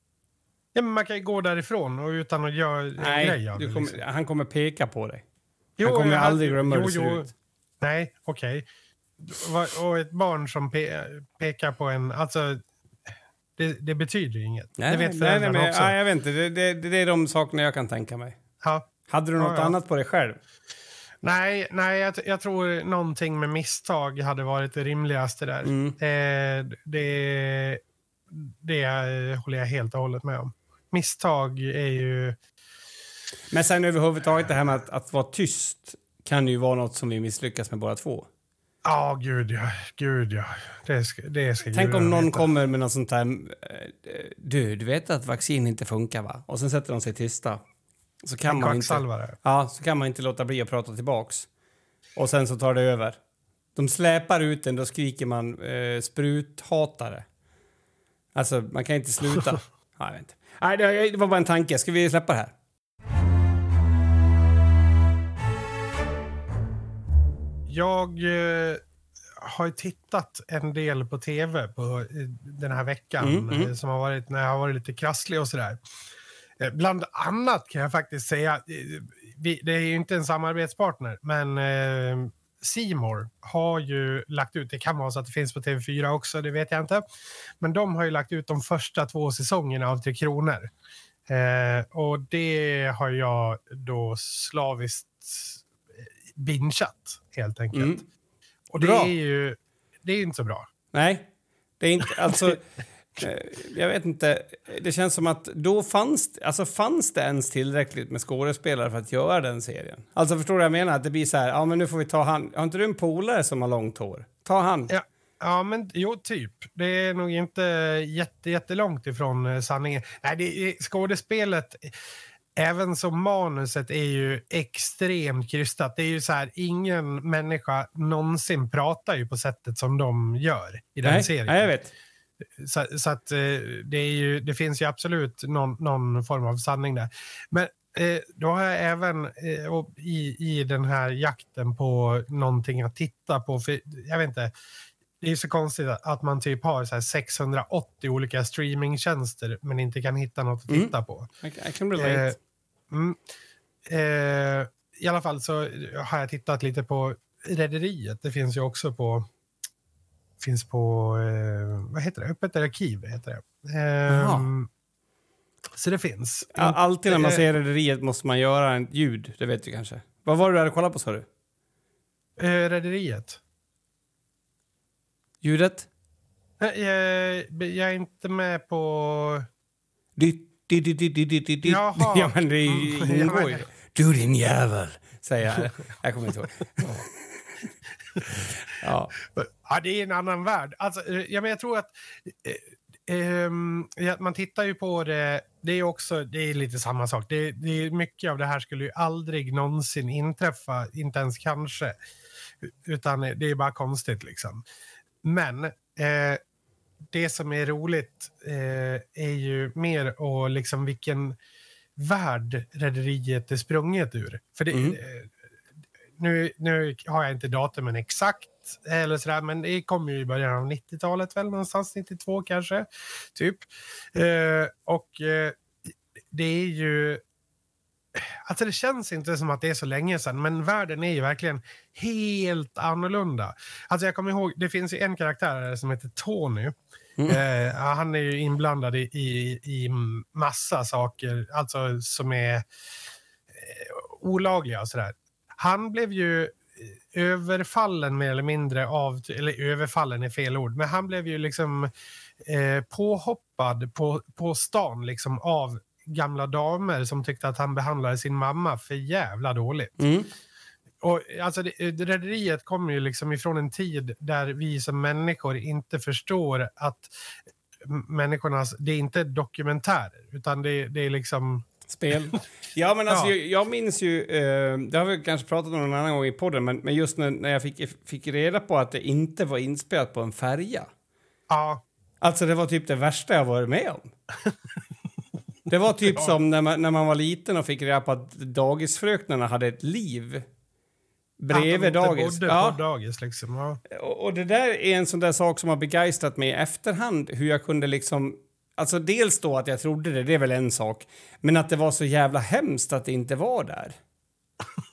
Ja, men man kan ju gå därifrån och utan att göra Nej, grejer. du kommer, liksom. han kommer peka på dig. Han kommer jag, aldrig glömma hur jo, det ser jo. ut. Nej, okej. Okay. Och ett barn som pe pekar på en... Alltså, det, det betyder ju inget. Nej, det vet föräldrarna nej, nej, men, också. Ja, jag vet inte. Det, det, det är de sakerna jag kan tänka mig. Ja. Hade du något ja, ja. annat på dig själv? Nej, nej jag, jag tror någonting med misstag hade varit det rimligaste där. Mm. Eh, det, det håller jag helt och hållet med om. Misstag är ju... Men sen överhuvudtaget det här med att, att vara tyst kan ju vara något som vi misslyckas med båda två. Ja, oh, gud ja. Gud ja. Det ska, det ska Tänk om någon veta. kommer med något sånt här... Du, du vet att vaccin inte funkar, va? Och sen sätter de sig tysta. Så kan, en man inte, ja, så kan man inte låta bli att prata tillbaks. Och sen så tar det över. De släpar ut den, då skriker man eh, spruthatare. Alltså, man kan inte sluta. Ja, jag vet inte. Nej, det, det var bara en tanke. Ska vi släppa det här? Jag eh, har tittat en del på tv på eh, den här veckan Mm, mm. eh, som har varit när jag har varit lite krasslig och sådär. Eh, bland annat kan jag faktiskt säga, eh, vi, det är ju inte en samarbetspartner, men eh, C More har ju lagt ut, det kan vara så att det finns på T V fyra också, det vet jag inte. Men de har ju lagt ut de första två säsongerna av Tre Kronor. Eh, och det har jag då slaviskt bingeat helt enkelt. Mm. Och det bra. är ju det är ju inte så bra. Nej, det är inte, alltså, jag vet inte, det känns som att då fanns, alltså fanns det ens tillräckligt med skådespelare för att göra den serien? Alltså förstår du vad jag menar? Att det blir så här, ja men nu får vi ta han, har inte du en polare som har långt hår? Ta han. Ja, ja men jo typ. Det är nog inte jätte, jättelångt ifrån sanningen. Nej, det är skådespelet. Även som manuset är ju extremt krystat. Det är ju så här, ingen människa någonsin pratar ju på sättet som de gör i den nej, serien. Nej, jag vet. Så, så att det, är ju, det finns ju absolut någon, någon form av sanning där. Men eh, då har jag även eh, i, i den här jakten på någonting att titta på. För jag vet inte, det är så konstigt att man typ har så här sexhundraåttio olika streamingtjänster men inte kan hitta något att titta mm. på. I, I can relate. Eh, Mm. Eh, I alla fall så har jag tittat lite på Rederiet. Det finns ju också på finns på eh, vad heter det? Öppet arkiv heter det. Eh, så det finns. All, alltid när man ser Rederiet måste man göra en ljud, det vet du kanske. Vad var det du hade kollat på, sa du? Eh, Rederiet. Ljudet? Eh, jag, jag är inte med på... Ditt Di, di, di, di, di, di. Jaha. Ja, men det ingår ju. Du din jävel, säger jag. Jag kommer inte ihåg. Ja. Ja, det är en annan värld. Alltså, ja, men jag tror att eh, eh, ja, man tittar ju på det. Det är också, det är lite samma sak. Det, det är mycket av det här skulle ju aldrig någonsin inträffa, inte ens kanske. Utan det är bara konstigt liksom. Men eh, det som är roligt eh, är ju mer och liksom vilken värld Rederiet är sprunget ur. För det, mm. eh, nu, nu har jag inte datumen exakt eller sådär, men det kom ju i början av nittiotalet väl, någonstans nittiotvå kanske, typ. Eh, och eh, det är ju alltså det känns inte som att det är så länge sedan, men världen är ju verkligen helt annorlunda. Alltså jag kommer ihåg, det finns ju en karaktär som heter Tony. Mm. Eh, han är ju inblandad i, i, i massa saker, alltså som är eh, olagliga och sådär. Han blev ju överfallen mer eller mindre av, eller överfallen är fel ord, men han blev ju liksom eh, påhoppad på, på stan liksom av gamla damer som tyckte att han behandlade sin mamma för jävla dåligt. Mm. Och alltså det, Rederiet kommer ju liksom ifrån en tid där vi som människor inte förstår att människornas, det är inte dokumentärer utan det, det är liksom spel. Ja, men alltså ja. Jag, jag minns ju, eh, det har vi kanske pratat om någon annan gång i podden, men, men just när, när jag fick, fick reda på att det inte var inspelat på en färja. Ja. Alltså det var typ det värsta jag varit med om. Det var typ ja. som när man, när man var liten och fick reda på att dagisfröknarna hade ett liv bredvid dagis. Ja. dagis liksom. Ja. Och, och det där är en sån där sak som har begeistrat mig i efterhand, hur jag kunde liksom, alltså dels då att jag trodde det, det är väl en sak, men att det var så jävla hemskt att det inte var där.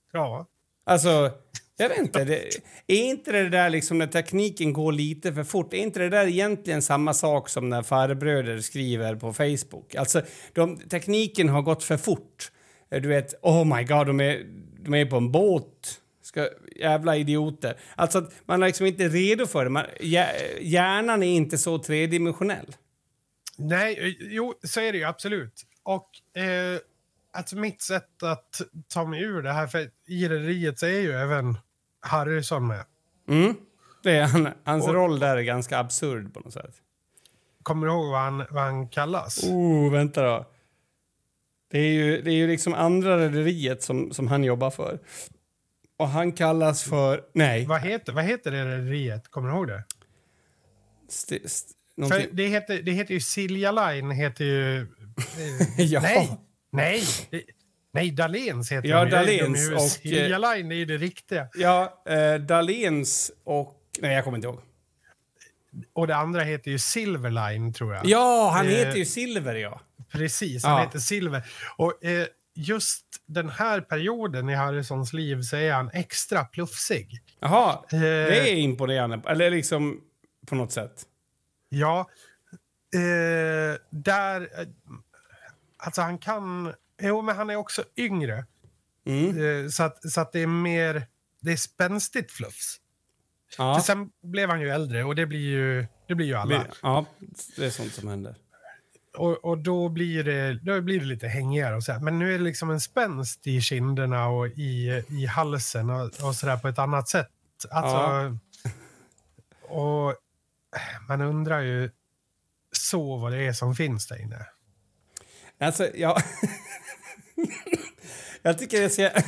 Ja. Alltså, jag vet inte. Det, är inte det där liksom när tekniken går lite för fort? Är inte det där egentligen samma sak som när farbröder skriver på Facebook? Alltså, de, tekniken har gått för fort. Du vet, oh my god, de är, de är på en båt. Ska, jävla idioter. Alltså, man är liksom inte redo för det. Man, hjärnan är inte så tredimensionell. Nej, jo, så är det ju absolut. Och eh, alltså mitt sätt att ta mig ur det här, för i rederiet så är ju även Harrison med. Mm. Det är han, hans och, roll där är ganska absurd på något sätt. Kommer du ihåg vad han, vad han kallas? Oh, vänta då. Det är ju, det är ju liksom andra rederiet som, som han jobbar för. Och han kallas för... Nej. Vad heter, vad heter det rederiet? Kommer du ihåg det? St, st, för det, heter, det heter ju Silja Line. Heter ju... Eh, ja. Nej, nej. Det, nej, Dahléns heter ja, de. Dahléns de och... Silja Line är ju det riktiga. Ja, eh, Dahléns och... Nej, jag kommer inte ihåg. Och det andra heter ju Silver Line, tror jag. Ja, han eh, heter ju Silver, ja. Precis, han ja. heter Silver. Och eh, just den här perioden i Harrisons liv så är han extra plufsig. Jaha, eh, det är imponerande. Eller liksom på något sätt. Ja, eh, där... Eh, alltså han kan... Jo, men han är också yngre. Mm. Eh, så, att, så att det är mer... Det är spänstigt fluffs. Ja. För sen blev han ju äldre och det blir ju, det blir ju alla. Ja, det är sånt som händer. Och, och då, blir det, då blir det lite hängigare och så här. Men nu är det liksom en spänst i kinderna och i, i halsen och, och så där på ett annat sätt. Alltså, ja. Och man undrar ju så vad det är som finns där inne. Alltså, ja... jag tycker det ser...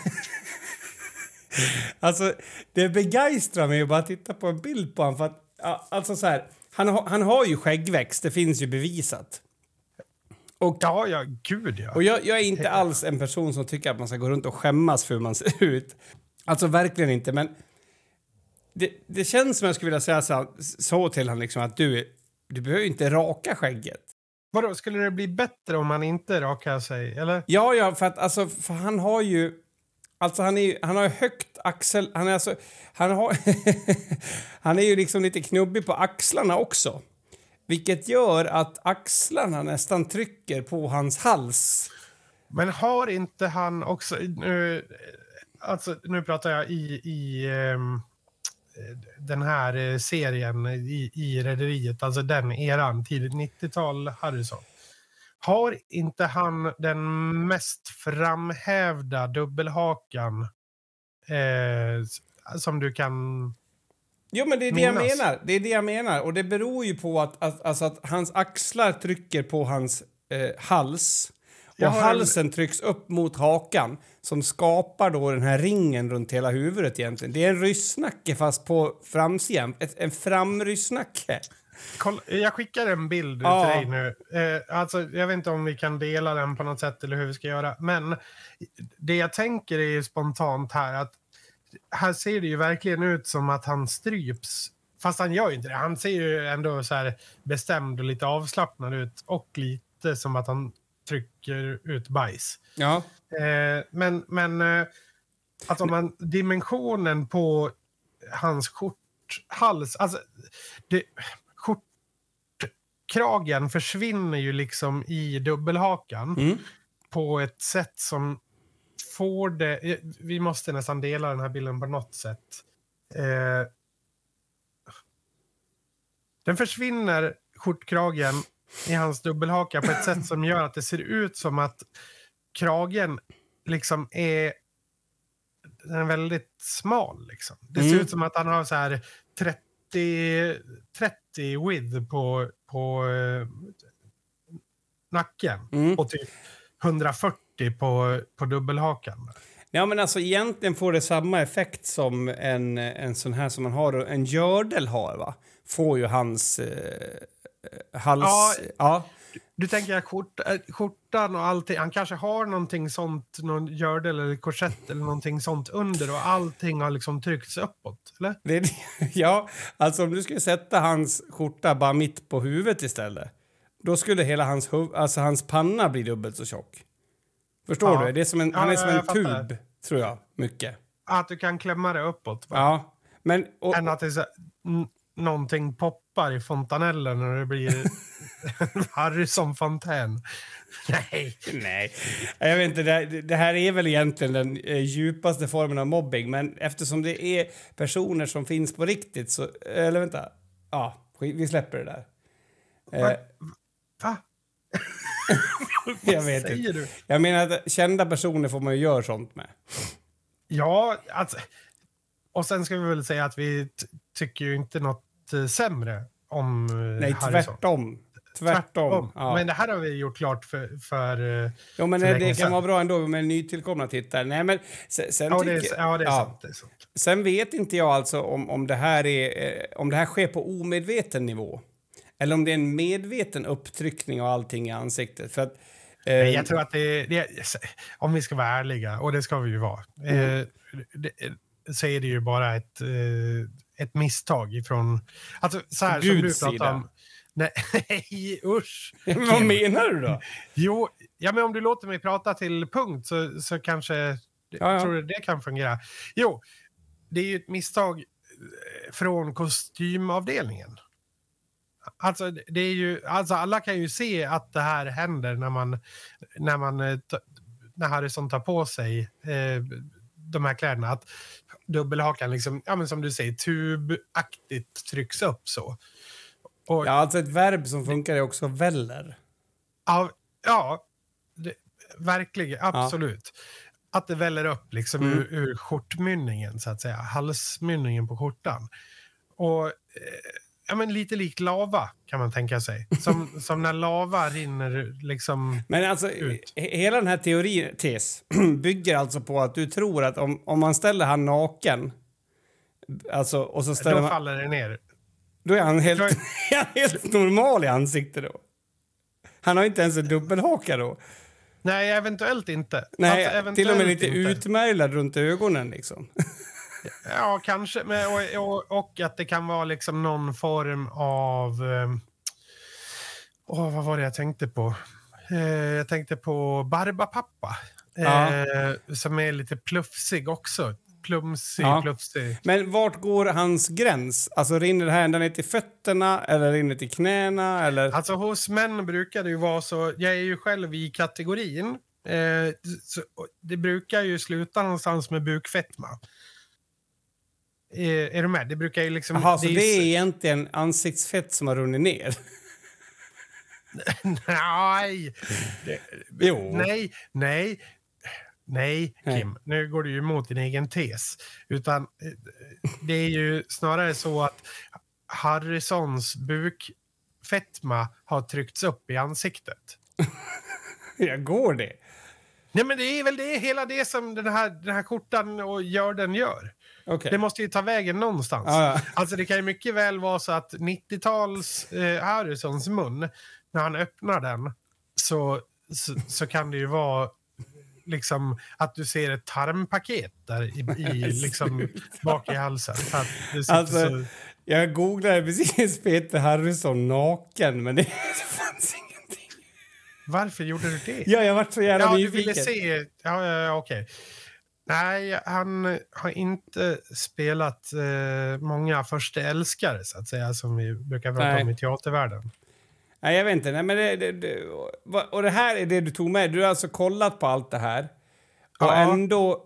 alltså, det begeistrar mig att bara titta på en bild på honom. För att, alltså så här, han, ha, han har ju skäggväxt, det finns ju bevisat. Och, ja, ja, gud ja. Och jag, jag är inte alls en person som tycker att man ska gå runt och skämmas för hur man ser ut. Alltså verkligen inte, men det, det känns som jag skulle vilja säga så, så till honom liksom att du, du behöver inte raka skägget. Vadå, skulle det bli bättre om man inte rakar sig, eller? Ja, ja, för att alltså, för han har ju... Alltså han, är, han har ju högt axel... Han är, alltså, han, har han är ju liksom lite knubbig på axlarna också. Vilket gör att axlarna nästan trycker på hans hals. Men har inte han också... Nu, alltså, nu pratar jag i, i um, den här serien i, i rederiet. Alltså den eran, tidigt nittiotal Harrison. Har inte han den mest framhävda dubbelhakan eh, som du kan... Jo, men det är det jag menar. Det är det jag menar. Och det beror ju på att, att, alltså att hans axlar trycker på hans eh, hals. Och halsen en... trycks upp mot hakan som skapar då den här ringen runt hela huvudet egentligen. Det är en ryssnacke fast på framsidan. Ett, en framryssnacke. Kolla, jag skickar en bild ja. till dig nu. Eh, alltså, jag vet inte om vi kan dela den på något sätt eller hur vi ska göra. Men det jag tänker är ju spontant här att här ser det ju verkligen ut som att han stryps. Fast han gör ju inte det. Han ser ju ändå så här bestämd och lite avslappnad ut. Och lite som att han trycker ut bajs. Ja. Eh, men men eh, alltså man, dimensionen på hans skjorthals. Alltså det... Kragen försvinner ju liksom i dubbelhakan mm. på ett sätt som får det... Vi måste nästan dela den här bilden på något sätt. Eh, den försvinner, skjortkragen, i hans dubbelhaka på ett sätt som gör att det ser ut som att kragen liksom är, den är väldigt smal. Liksom. Det ser mm. ut som att han har så här trettio, trettio width på, på eh, nacken mm. och typ hundrafyrtio på, på dubbelhakan. Ja, men alltså egentligen får det samma effekt som en, en sån här som man har, en gördel har, va? Får ju hans eh, hals... Ja, ja. Du, du tänker att skjort, skjortan och allting, han kanske har någonting sånt, någon gördel eller korsett eller någonting sånt under och allting har liksom tryckts uppåt, eller? Det, ja, alltså om du skulle sätta hans skjorta bara mitt på huvudet istället, då skulle hela hans, huv, alltså hans panna bli dubbelt så tjock. Förstår ja. du? Det är som en, ja, han är som en tub, tub, tror jag. mycket. Att du kan klämma det uppåt. Va? Ja, men... Och, Än att det är så, n- någonting poppar i fontanellen när det blir Harry som fontän. Nej. Nej, jag vet inte. Det, det här är väl egentligen den eh, djupaste formen av mobbing. Men eftersom det är personer som finns på riktigt så... Eller vänta. Ja, vi släpper det där. Va? Eh, Va? jag vet säger inte. du? Jag menar att kända personer får man ju göra sånt med. Ja, alltså, och sen ska vi väl säga att vi t- tycker ju inte något eh, sämre om eh, Nej, Harrison. tvärtom. Tvärtom. Ja. Men det här har vi gjort klart för... för eh, Jo, men för det, länge det kan sedan. vara bra ändå med nytillkomna tittare. Nej, men sen, sen Ja, det är, tycker, ja, det är ja. sant. Det är sant. Sen vet inte jag alltså om, om, det här är, eh, om det här sker på omedveten nivå. Eller om det är en medveten upptryckning av allting i ansiktet. För att, eh, Nej, jag tror att det är, det är... Om vi ska vara ärliga, och det ska vi ju vara, Mm. eh, det, så är det ju bara ett, eh, ett misstag ifrån... Alltså, så här som du Guds pratar sida. om... Nej, usch! Vad menar du då? Jo, ja, men om du låter mig prata till punkt så, så kanske... Ja, ja. Tror du det kan fungera? Jo, det är ju ett misstag eh, från kostymavdelningen. Alltså, det är ju, alltså alla kan ju se att det här händer när man, när man eh, t- när Harrison tar på sig eh, de här kläderna. Att dubbelhakan liksom, ja men som du säger, tubaktigt trycks upp så. Och, Ja, alltså ett verb som funkar är också väller. ja, ja det, verkligen, absolut. Att det väller upp liksom Mm. ur, ur skjortmynningen så att säga, halsmynningen på skjortan. Och eh, ja, men lite likt lava kan man tänka sig. Som, som när lava rinner liksom... Men alltså, Ut. he- hela den här teorin, tes, bygger alltså på att du tror att om, om man ställer han naken, alltså, och så ställer Då man, faller det ner. då är han helt, Då är- är han helt normal i ansiktet då. Han har inte ens en dubbelhaka då. Nej, eventuellt inte. Nej, Alltså, eventuellt till och med lite inte. utmärglad runt ögonen liksom. Ja, kanske. Men, och, och, och att det kan vara liksom någon form av... ehm, Åh, vad var det jag tänkte på? Eh, jag tänkte på Barbapappa. Eh, Ja. Som är lite plufsig också. Plumsig, Ja. plufsig. Men vart går hans gräns? Alltså rinner det här ända ner till fötterna eller rinner till knäna eller? Alltså hos män brukar det ju vara så, jag är ju själv i kategorin, eh, så, det brukar ju sluta någonstans med bukfetma. Eh, är du med? Det brukar ju liksom... Jaha, så är det ju är så- egentligen ansiktsfett som har runnit ner? Nej! Det, Jo. nej, nej, nej, Nej. Kim. Nu går du ju emot din egen tes. Utan eh, det är ju snarare så att Harrisons bukfetma har tryckts upp i ansiktet. Ja, går det? Nej, men det är väl det, hela det som den här, den här skjortan och gör den gör. Okej. Det måste ju ta vägen någonstans. Ja, ja. Alltså det kan ju mycket väl vara så att nittio-tals eh, Harrisons mun, när han öppnar den så, så, så kan det ju vara liksom att du ser ett tarmpaket där i, i liksom bak i halsen. För att det sitter Alltså, så... jag googlade precis Peter Harrison naken, men det fanns ingenting. Varför gjorde du det? Ja, jag vart så jävla Ja, du nyfiken. ville se... Ja, ja, ja, okej. Nej, han har inte spelat eh, många första älskare, så att säga, som vi brukar prata Nej. om i teatervärlden. Nej, jag vet inte. Nej, men det, det, det, och det här är det du tog med. Du har alltså kollat på allt det här. Och Ja. ändå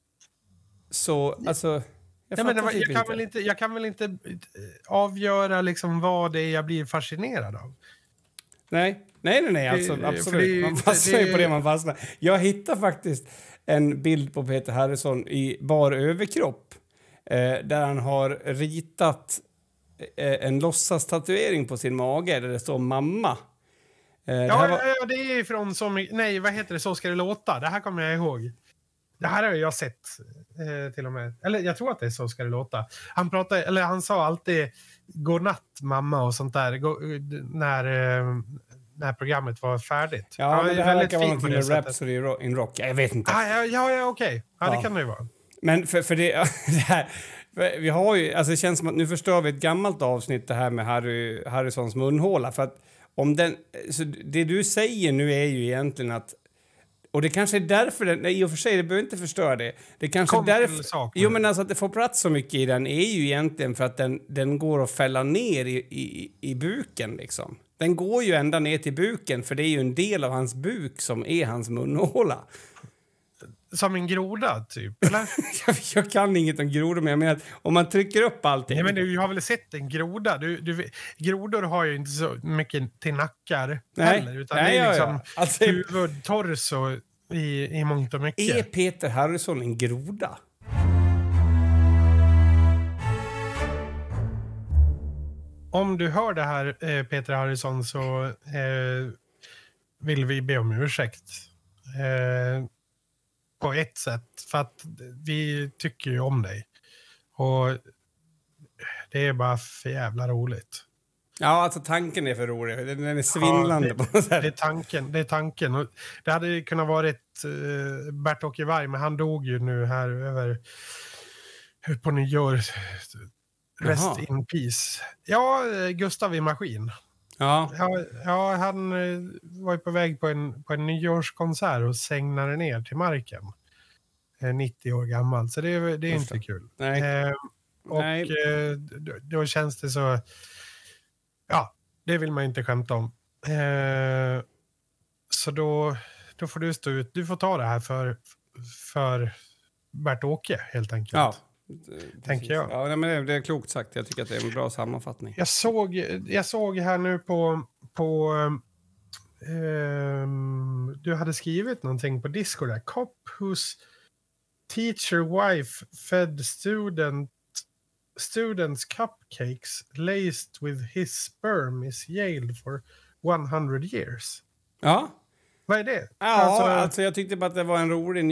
så, alltså... Jag, Nej, men det fattar var, typ jag, kan inte. väl inte, jag kan väl inte eh, avgöra liksom vad det är jag blir fascinerad av. Nej, nej, nej, nej alltså, Det- för absolut. det är ju Man inte- fastnar ju det- på det man fastnar. Jag hittade faktiskt en bild på Peter Harrison i bar överkropp eh, där han har ritat eh, en låtsastatuering på sin mage där det står mamma. Eh, det Ja, här var, ja, ja, det är från som... Nej, vad heter det? Så ska det låta. Det här kommer jag ihåg. Det här har jag sett eh, till och med. Eller jag tror att det är Så ska det låta. Han pratade, eller han sa alltid godnatt mamma och sånt där go, när, eh, när programmet var färdigt. ja, Han men är det här väldigt verkar vara fin på någonting det med sättet. Rhapsody ro- in Rock. Jag vet inte. Ah, ja, ja, ja okej. Ja, Ja. det kan det ju vara. Men för, för det, det här... för Vi har ju, alltså det känns som att nu förstör vi ett gammalt avsnitt det här med Harry, Harrisons munhåla. För att om den, så det du säger nu är ju egentligen att Och det kanske är därför den, nej, i och för sig, det behöver inte förstöra det. Det kanske är därför, jo men alltså att det får plats så mycket i den är ju egentligen för att den, den går att fälla ner i, i, i buken liksom. Den går ju ända ner till buken för det är ju en del av hans buk som är hans munhåla. Som en groda, typ, eller? jag, jag kan inget om grodor, men jag menar att om man trycker upp allting... Nej, men du har väl sett en groda? Du, du, grodor har ju inte så mycket till nackar nej. heller, utan nej, det är ja, liksom ja. Alltså, huvud, torso i, i mångt och mycket. Är Peter Harrison en groda? Om du hör det här, eh, Peter Harrison, så eh, vill vi be om ursäkt. Eh, på ett sätt, för att vi tycker ju om dig. Och det är bara för jävla roligt. Ja, alltså tanken är för rolig. Den är svindlande ja, det, på något sätt. Det är tanken. Det är tanken. Och det hade kunnat varit uh, Bert-Åke Varg, men han dog ju nu här över på nyår. Rest Jaha. in peace. Ja, Gustav i Maskin. Ja. Ja, ja han uh, var ju på väg på en, på en nyårskonsert och sängnade ner till marken. Uh, nittio år gammal, så det, det är inte kul. Nej. Uh, och Nej. Uh, då, då känns det så... Ja, det vill man inte skämta om. Eh, så då, då får du stå ut. Du får ta det här för, för Bert-Åke, helt enkelt. Ja, tänker jag. Ja, men det, det är klokt sagt. Jag tycker att det är en bra sammanfattning. Jag såg, jag såg här nu på... på eh, du hade skrivit någonting på Discord där. Cop whose teacher wife fed student students cupcakes laced with his sperm is jailed for hundra years. Ja. Vad är det? Ja, alltså, alltså jag tyckte bara att det var en rolig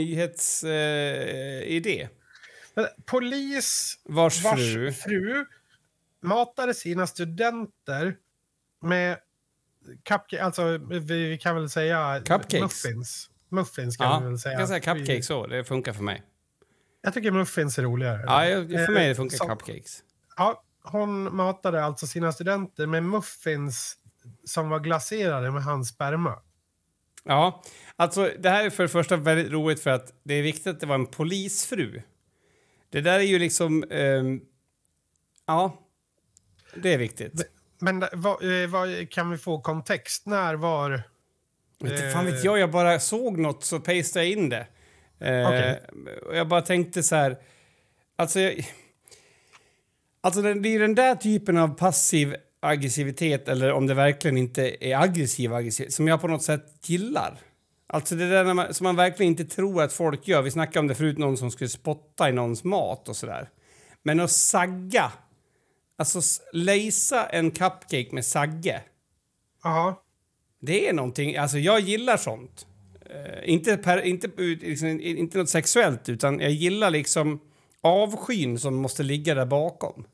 nyhetsidé. Eh, Polis vars, vars fru. fru matade sina studenter med cupcakes, alltså vi kan väl säga cupcakes. muffins. Muffins kan ja, vi väl säga. Jag kan säga cupcakes så, det funkar för mig. Jag tycker muffins är roligare. Ja, för mig det funkar så, cupcakes. Ja, hon matade alltså sina studenter med muffins som var glaserade med hans sperma. Ja, alltså det här är för det första väldigt roligt för att det är viktigt att det var en polisfru. Det där är ju liksom... Um, ja, det är viktigt. Men vad, vad kan vi få kontext? När var... Inte fan vet jag, jag bara såg något så pastade jag in det. Eh, okay. Jag bara tänkte så här... Alltså, jag, alltså det är den där typen av passiv aggressivitet, eller om det verkligen inte är aggressiv aggressivitet, som jag på något sätt gillar. Alltså det där när man, som man verkligen inte tror att folk gör. Vi snackade om det förut, någon som skulle spotta i någons mat och sådär. Men att sagga, alltså lejsa en cupcake med sagge. Ja. Det är någonting, alltså jag gillar sånt. Uh, inte, per, inte, liksom, inte något sexuellt, utan jag gillar liksom avskyn som måste ligga där bakom.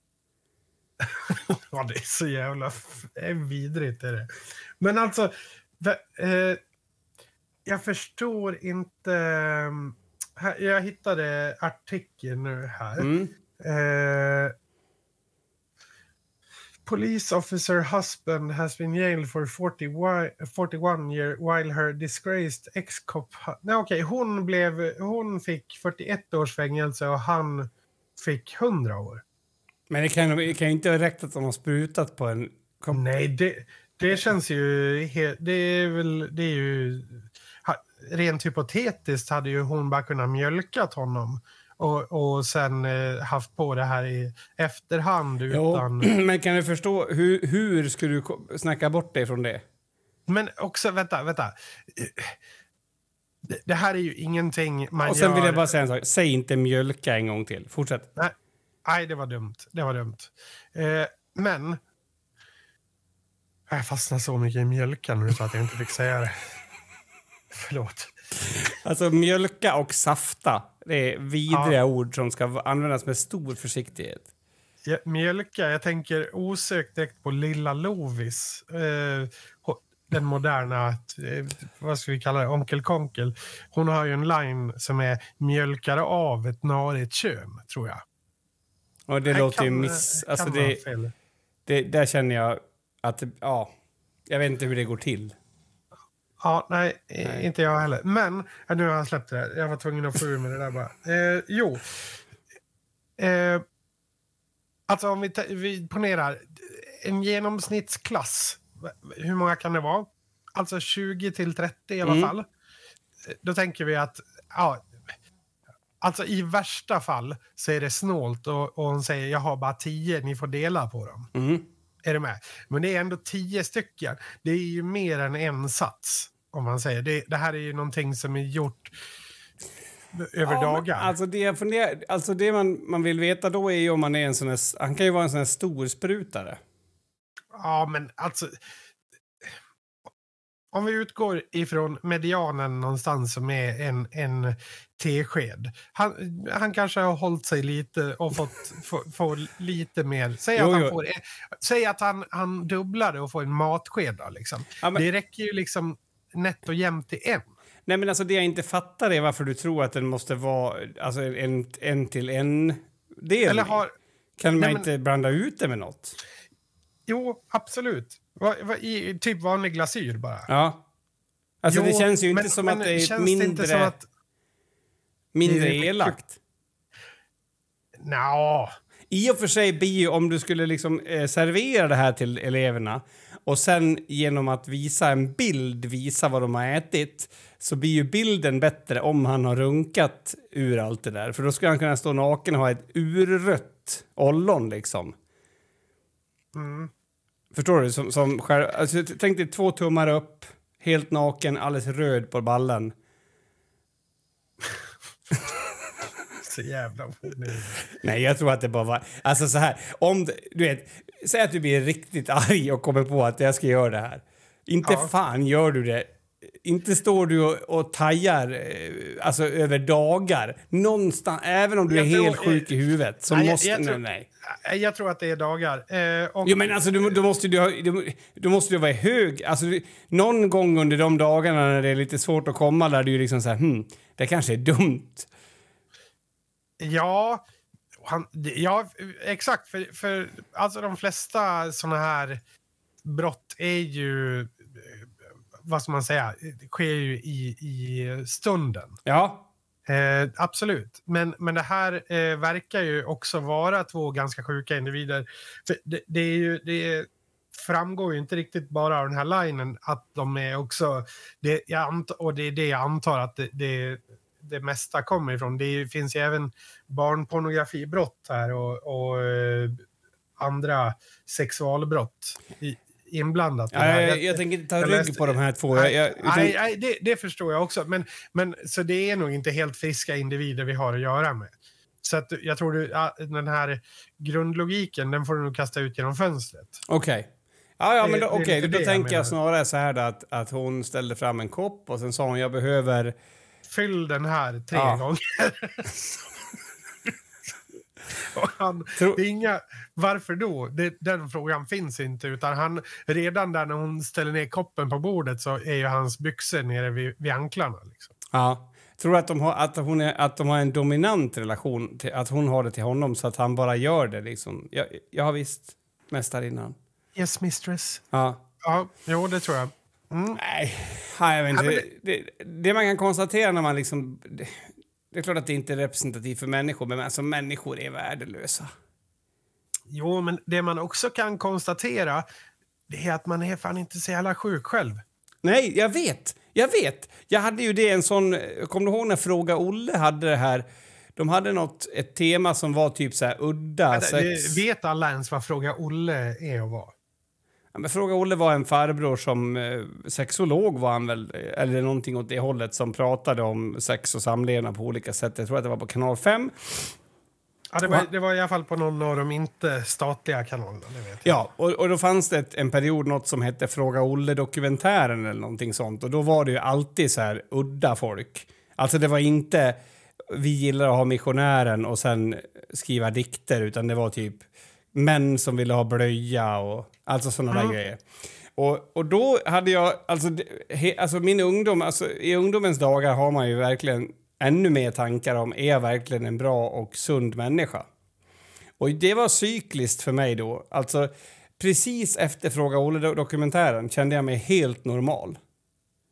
Ja, det är så jävla det är vidrigt är det. Men alltså, eh, jag förstår inte... Här, jag hittade artikeln nu här. Mm. Eh, Police officer husband has been jailed for forty-one year while her disgraced ex-cop... Nej, okej, okay, hon blev... Hon fick fyrtioett års fängelse och han fick hundra år. Men det kan ju kan inte räcka att de har sprutat på en... Kom. Nej, det, det känns ju... He, det är väl... Det är ju... Ha, rent hypotetiskt hade ju hon bara kunnat mjölkat honom. Och, och sen eh, haft på det här i efterhand utan... Jo, men kan du förstå, hur, hur ska du snacka bort dig från det? Men också, vänta, vänta. Det, det här är ju ingenting man Och sen gör... vill jag bara säga en sak. Säg inte mjölka en gång till. Fortsätt. Nej, nej det var dumt. Det var dumt. Eh, men... Jag fastnade så mycket i mjölka nu så att jag inte fick säga det. Förlåt. Alltså mjölka och safta, det är vidriga ja. ord som ska användas med stor försiktighet. Ja, mjölka, jag tänker osökt direkt på Lilla Lovis. Eh, den moderna, eh, vad ska vi kalla det, Onkel Konkel. Hon har ju en line som är mjölkare av ett narigt kön, tror jag. Och det, det låter ju miss... Alltså det, det, där känner jag att, ja, jag vet inte hur det går till. Ja, nej, nej, inte jag heller. Men, ja, nu har jag släppt det här. Jag var tvungen att få ur med det där bara. Eh, jo. Eh, alltså om vi, ta, vi ponerar en genomsnittsklass. Hur många kan det vara? Alltså tjugo till trettio i alla Mm. fall. Då tänker vi att, ja, alltså i värsta fall så är det snålt och, och hon säger jag har bara tio, ni får dela på dem. Mm. Är det med? Men det är ändå tio stycken. Det är ju mer än en sats, om man säger. Det, det här är ju någonting som är gjort över Ja, dagar. Men, alltså det, jag funderar, alltså det man, man vill veta då är ju om man är en sån här, han kan ju vara en sån här storsprutare. Ja, men alltså... Om vi utgår ifrån medianen någonstans som är en, en tesked. Han, han kanske har hållit sig lite och fått få, få lite mer. Säg Jo, att han, jo. får, säg att han, han dubblar det och får en matsked. Då, liksom. Ja, men- Det räcker ju liksom nätt och jämnt till en. Nej, men alltså det jag inte fattar är varför du tror att den måste vara alltså en, en till en del. Eller har... Kan man Nej, men- inte blanda ut det med något? Jo, absolut. Va, va, i, typ vanlig glasyr bara. Ja. Alltså Jo, det känns ju men- inte som men att det är känns mindre, inte som att... mindre det är mycket- elakt. Nja... I och för sig blir ju om du skulle liksom eh, servera det här till eleverna och sen genom att visa en bild visa vad de har ätit så blir ju bilden bättre om han har runkat ur allt det där. För då skulle han kunna stå naken och ha ett urrött ollon liksom. Mm. Förstår du? Som, som själv, alltså, tänk dig två tummar upp, helt naken, alldeles röd på ballen. Så jävla onödigt. Nej, jag tror att det bara var... Alltså så här, om det, du vet, säg att du blir riktigt arg och kommer på att jag ska göra det här. Inte Ja. fan gör du det. Inte står du och, och tajar eh, alltså över dagar. Någonstans, även om du Jag är tror- helt sjuk i huvudet så Nej, jag- måste... jag tror- nej, nej. Jag tror att det är dagar. Eh, och, Jo, men alltså, du, du måste du, ha- du, du måste ju vara hög. Alltså, du, någon gång under de dagarna när det är lite svårt att komma där du liksom så här, hmm, det kanske är dumt. Ja, han, ja, exakt. För, för alltså de flesta såna här brott är ju, eh, vad ska man säga, det sker ju i, i stunden. Ja, Eh, absolut. Men, men det här eh, verkar ju också vara två ganska sjuka individer. För det, det, är ju, det framgår ju inte riktigt bara av den här linen att de är också... Det, jag ant, och det är det jag antar att det, det, det mesta kommer ifrån. Det finns ju även barnpornografibrott här och, och eh, andra sexualbrott i, inblandat. i det ja här. jag, jag tänker inte ta jag rygg läste- på de här två. Nej, Jag, jag, utan, nej, nej det, det förstår jag också. Men, men, så det är nog inte helt friska individer vi har att göra med. Så att jag tror du, ja, den här grundlogiken, den får du nog kasta ut genom fönstret. Okej. Ja, ja, Det- men då, det är okej, lite då det jag tänker menar. jag snarare så här då, att, att hon ställde fram en kopp och sen sa hon jag behöver... Fyll den här tre Ja. gånger. Och han, Tro- det är inga, varför då? Det, den frågan finns inte. Utan han, redan där när hon ställer ner koppen på bordet så är ju hans byxor nere vid, vid anklarna. Liksom. Ja. Tror du att de har, att hon är, att de har en dominant relation, till, att hon har det till honom så att han bara gör det liksom? Jag, jag har visst mästarinnan. Yes, mistress. Ja. Ja, jo, det tror jag. Mm. Nej, ja, jag vet inte. Ja, men det, det, det man kan konstatera när man liksom... Det, det är klart att det inte är representativt för människor, men alltså människor är värdelösa. Jo, men det man också kan konstatera det är att man är fan inte så jävla sjuk själv. Nej, jag vet. Jag vet. Jag hade ju det en sån... Kommer du ihåg när Fråga Olle hade det här? De hade något, ett tema som var typ så här udda. Det, sex. vet alla ens vad Fråga Olle är och vad? Ja, men Fråga Olle var en farbror som eh, sexolog var han väl, eller någonting åt det hållet, som pratade om sex och samlevnad på olika sätt. Jag tror att det var på kanal fem. Ja, det, var, det var i alla fall på någon av de inte statliga kanalerna. Det vet jag. Ja, och, och då fanns det ett, en period något som hette Fråga Olle-dokumentären eller någonting sånt. Och då var det ju alltid så här udda folk. Alltså det var inte vi gillar att ha missionären och sen skriva dikter, utan det var typ män som ville ha blöja och alltså sådana Mm. där grejer. Och, och då hade jag, alltså, det- he, alltså min ungdom, alltså i ungdomens dagar har man ju verkligen ännu mer tankar om, är jag verkligen en bra och sund människa? Och det var cykliskt för mig då. Alltså precis efter Fråga Olle-dokumentären kände jag mig helt normal.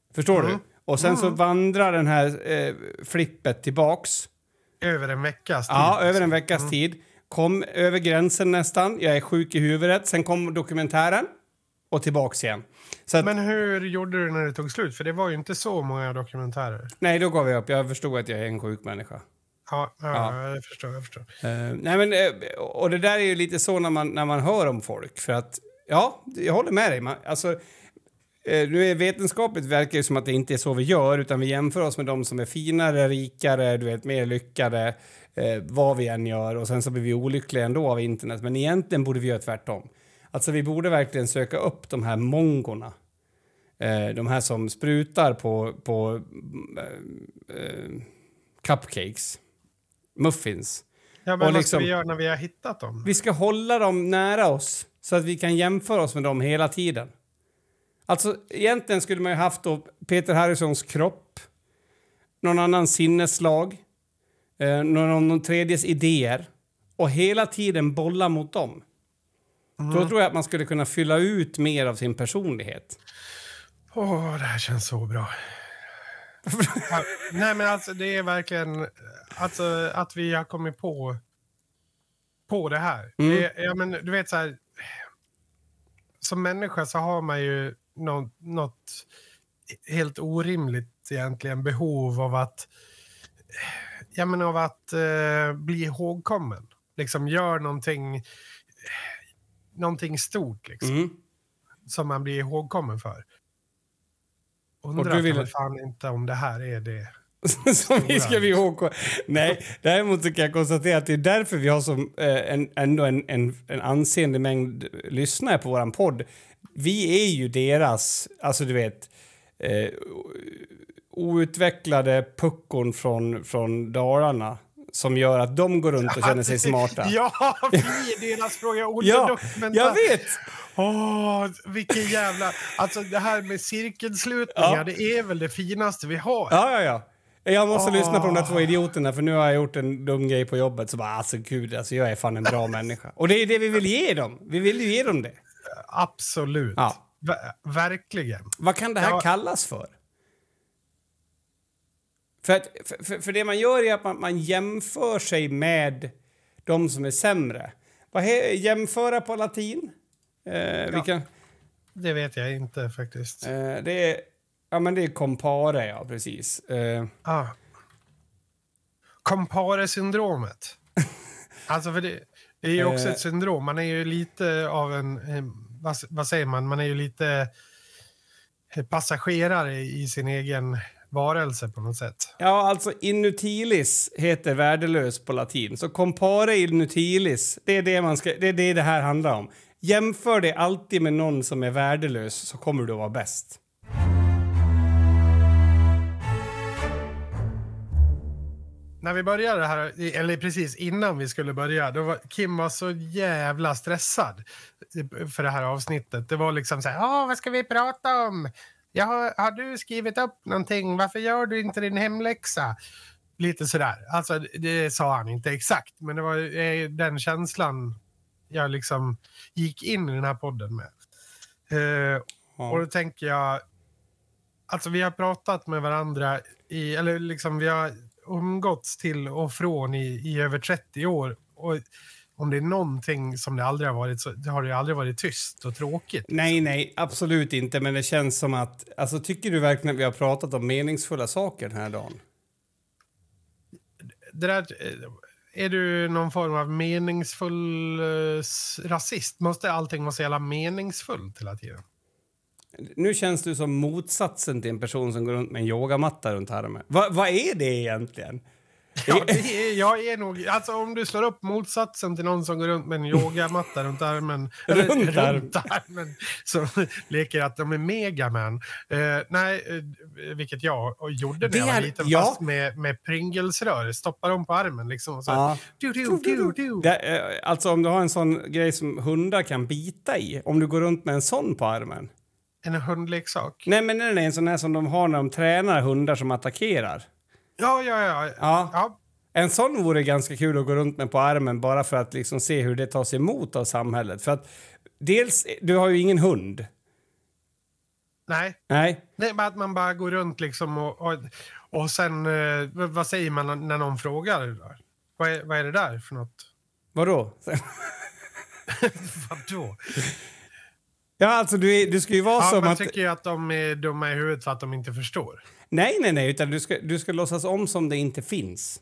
Förstår Mm. du? Och sen Mm. så vandrar den här eh, flippet tillbaks. Över en veckas tid. Ja, över en veckas Mm. tid. Kom över gränsen nästan. Jag är sjuk i huvudet. Sen kom dokumentären. Och tillbaks igen. Så att, Men hur gjorde du när det tog slut? För det var ju inte så många dokumentärer. nej, då gav jag upp. Jag förstod att jag är en sjuk människa. Ja, ja, Ja. jag förstår. Jag förstår. Uh, nej, men, uh, och det där är ju lite så när man, när man hör om folk. För att, ja, jag håller med dig. Man, alltså, uh, nu är vetenskapligt verkar det som att det inte är så vi gör. Utan vi jämför oss med de som är finare, rikare, du vet, mer lyckade. Uh, vad vi än gör. Och sen så blir vi olyckliga ändå av internet. Men egentligen borde vi göra tvärtom. Alltså vi borde verkligen söka upp de här mongorna. Eh, de här som sprutar på, på eh, eh, cupcakes. Muffins. Ja, men Och vad liksom- ska vi göra när vi har hittat dem? Vi ska hålla dem nära oss. Så att vi kan jämföra oss med dem hela tiden. Alltså egentligen skulle man ju haft då Peter Harrisons kropp. Någon annan sinneslag. Eh, någon, någon tredjes idéer. Och hela tiden bolla mot dem. Mm. Då tror jag att man skulle kunna fylla ut mer av sin personlighet. Åh, det här känns så bra. Ja, nej, men alltså det är verkligen alltså, att vi har kommit på på det här. Mm. Det, ja, men du vet så här, som människa så har man ju något, något helt orimligt egentligen behov av att ja, men av att eh, bli ihågkommen. Liksom gör någonting någonting stort liksom, Mm. som man blir ihågkommen för. Undrar Och du vill- vill... fan inte om det här är det. Som vi ska bli ihåg. Nej, däremot så kan jag konstatera att det är därför vi har som, eh, en, ändå en, en, en ansenlig mängd lyssnare på våran podd. Vi är ju deras, alltså du vet, eh, outvecklade puckon från, från Dalarna som gör att de går runt och känner sig smarta. Ja, vi är deras fråga. Ja, jag vet! Åh, vilken jävla... Alltså det här med cirkelslutningar, Ja. det är väl det finaste vi har. Ja, ja, ja. Jag måste Åh. lyssna på de där två idioterna för nu har jag gjort en dum grej på jobbet så bara alltså gud, alltså jag är fan en bra människa. Och det är det vi vill ge dem. Vi vill ju ge dem det. Absolut. Ja. Ver- verkligen. Vad kan det här Ja. kallas för? För, att, för, för, för det man gör är att man, man jämför sig med de som är sämre. Vad he, jämföra på latin? Eh, vi kan, Det vet jag inte faktiskt. eh, det är, ja men det är compare, ja precis. Eh, Ah. Compare-syndromet. Alltså för det, det är ju också Eh. ett syndrom. Man är ju lite av en... eh, Vad, vad säger man? Man är ju lite passagerare i sin egen varelse på något sätt. Ja, alltså inutilis heter värdelös på latin. Så compare inutilis, det är det, man ska, det är det det här handlar om. Jämför det alltid med någon som är värdelös så kommer du att vara bäst. När vi började här, eller precis innan vi skulle börja, då var Kim var så jävla stressad för det här avsnittet. Det var liksom så här, ja, vad ska vi prata om? Jag har, har du skrivit upp någonting? Varför gör du inte din hemläxa? Lite sådär. Alltså, det sa han inte exakt, men det var eh, den känslan jag liksom gick in i den här podden med. Eh, Ja. Och då tänker jag, alltså vi har pratat med varandra i, eller liksom vi har umgåtts till och från i, i över trettio år. Och om det är någonting som det aldrig har varit så det har det aldrig varit tyst och tråkigt. Nej, nej, absolut inte. Men det känns som att... Alltså, tycker du verkligen att vi har pratat om meningsfulla saker den här dagen? Det där, eh, är du någon form av meningsfull eh, s- rasist? Måste allting vara så jävla meningsfullt hela tiden? Nu känns du som motsatsen till en person som går runt med en yogamatta runt armen. Va, vad är det egentligen? Ja, det är, jag är nog... Alltså om du slår upp motsatsen till någon som går runt med en yogamatta runt armen... eller Runt arm. runt armen. Som leker att de är megaman. Eh, nej, eh, vilket jag och gjorde när Det jag var är- liten. ja. Fast med, med Pringles-rör. Stoppar dem på armen liksom. Och så, Ja. du, du, du, du. Det, eh, alltså om du har en sån grej som hundar kan bita i. Om du går runt med en sån på armen. En hundleksak. Nej, men nej, nej, en sån här som de har när de tränar hundar som attackerar. Ja, ja, ja. Ja. ja. En sån vore ganska kul att gå runt med på armen bara för att liksom se hur det tas emot av samhället. För att dels, du har ju ingen hund. Nej. Nej. Nej, men att man bara går runt liksom och, och, och sen, eh, vad säger man när någon frågar? Vad är, vad är det där för något? Vadå? Vadå? Ja, alltså du, du ska ju vara Ja, som man att... tycker ju att de är dumma i huvudet för att de inte förstår. Nej, nej, nej, utan du ska, du ska låtsas om som det inte finns.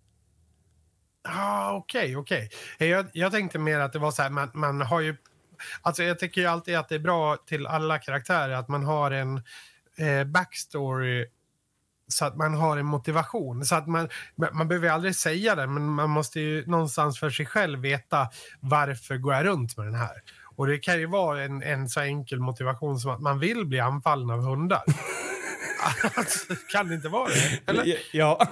Ah, okej, okej. Jag, jag tänkte mer att det var så här, man, man har ju... Alltså jag tycker ju alltid att det är bra till alla karaktärer att man har en eh, backstory så att man har en motivation. Så att man, man behöver aldrig säga det, men man måste ju någonstans för sig själv veta varför går jag runt med den här. Och det kan ju vara en, en så enkel motivation som att man vill bli anfallen av hundar. Alltså, kan det inte vara det? Eller? Ja,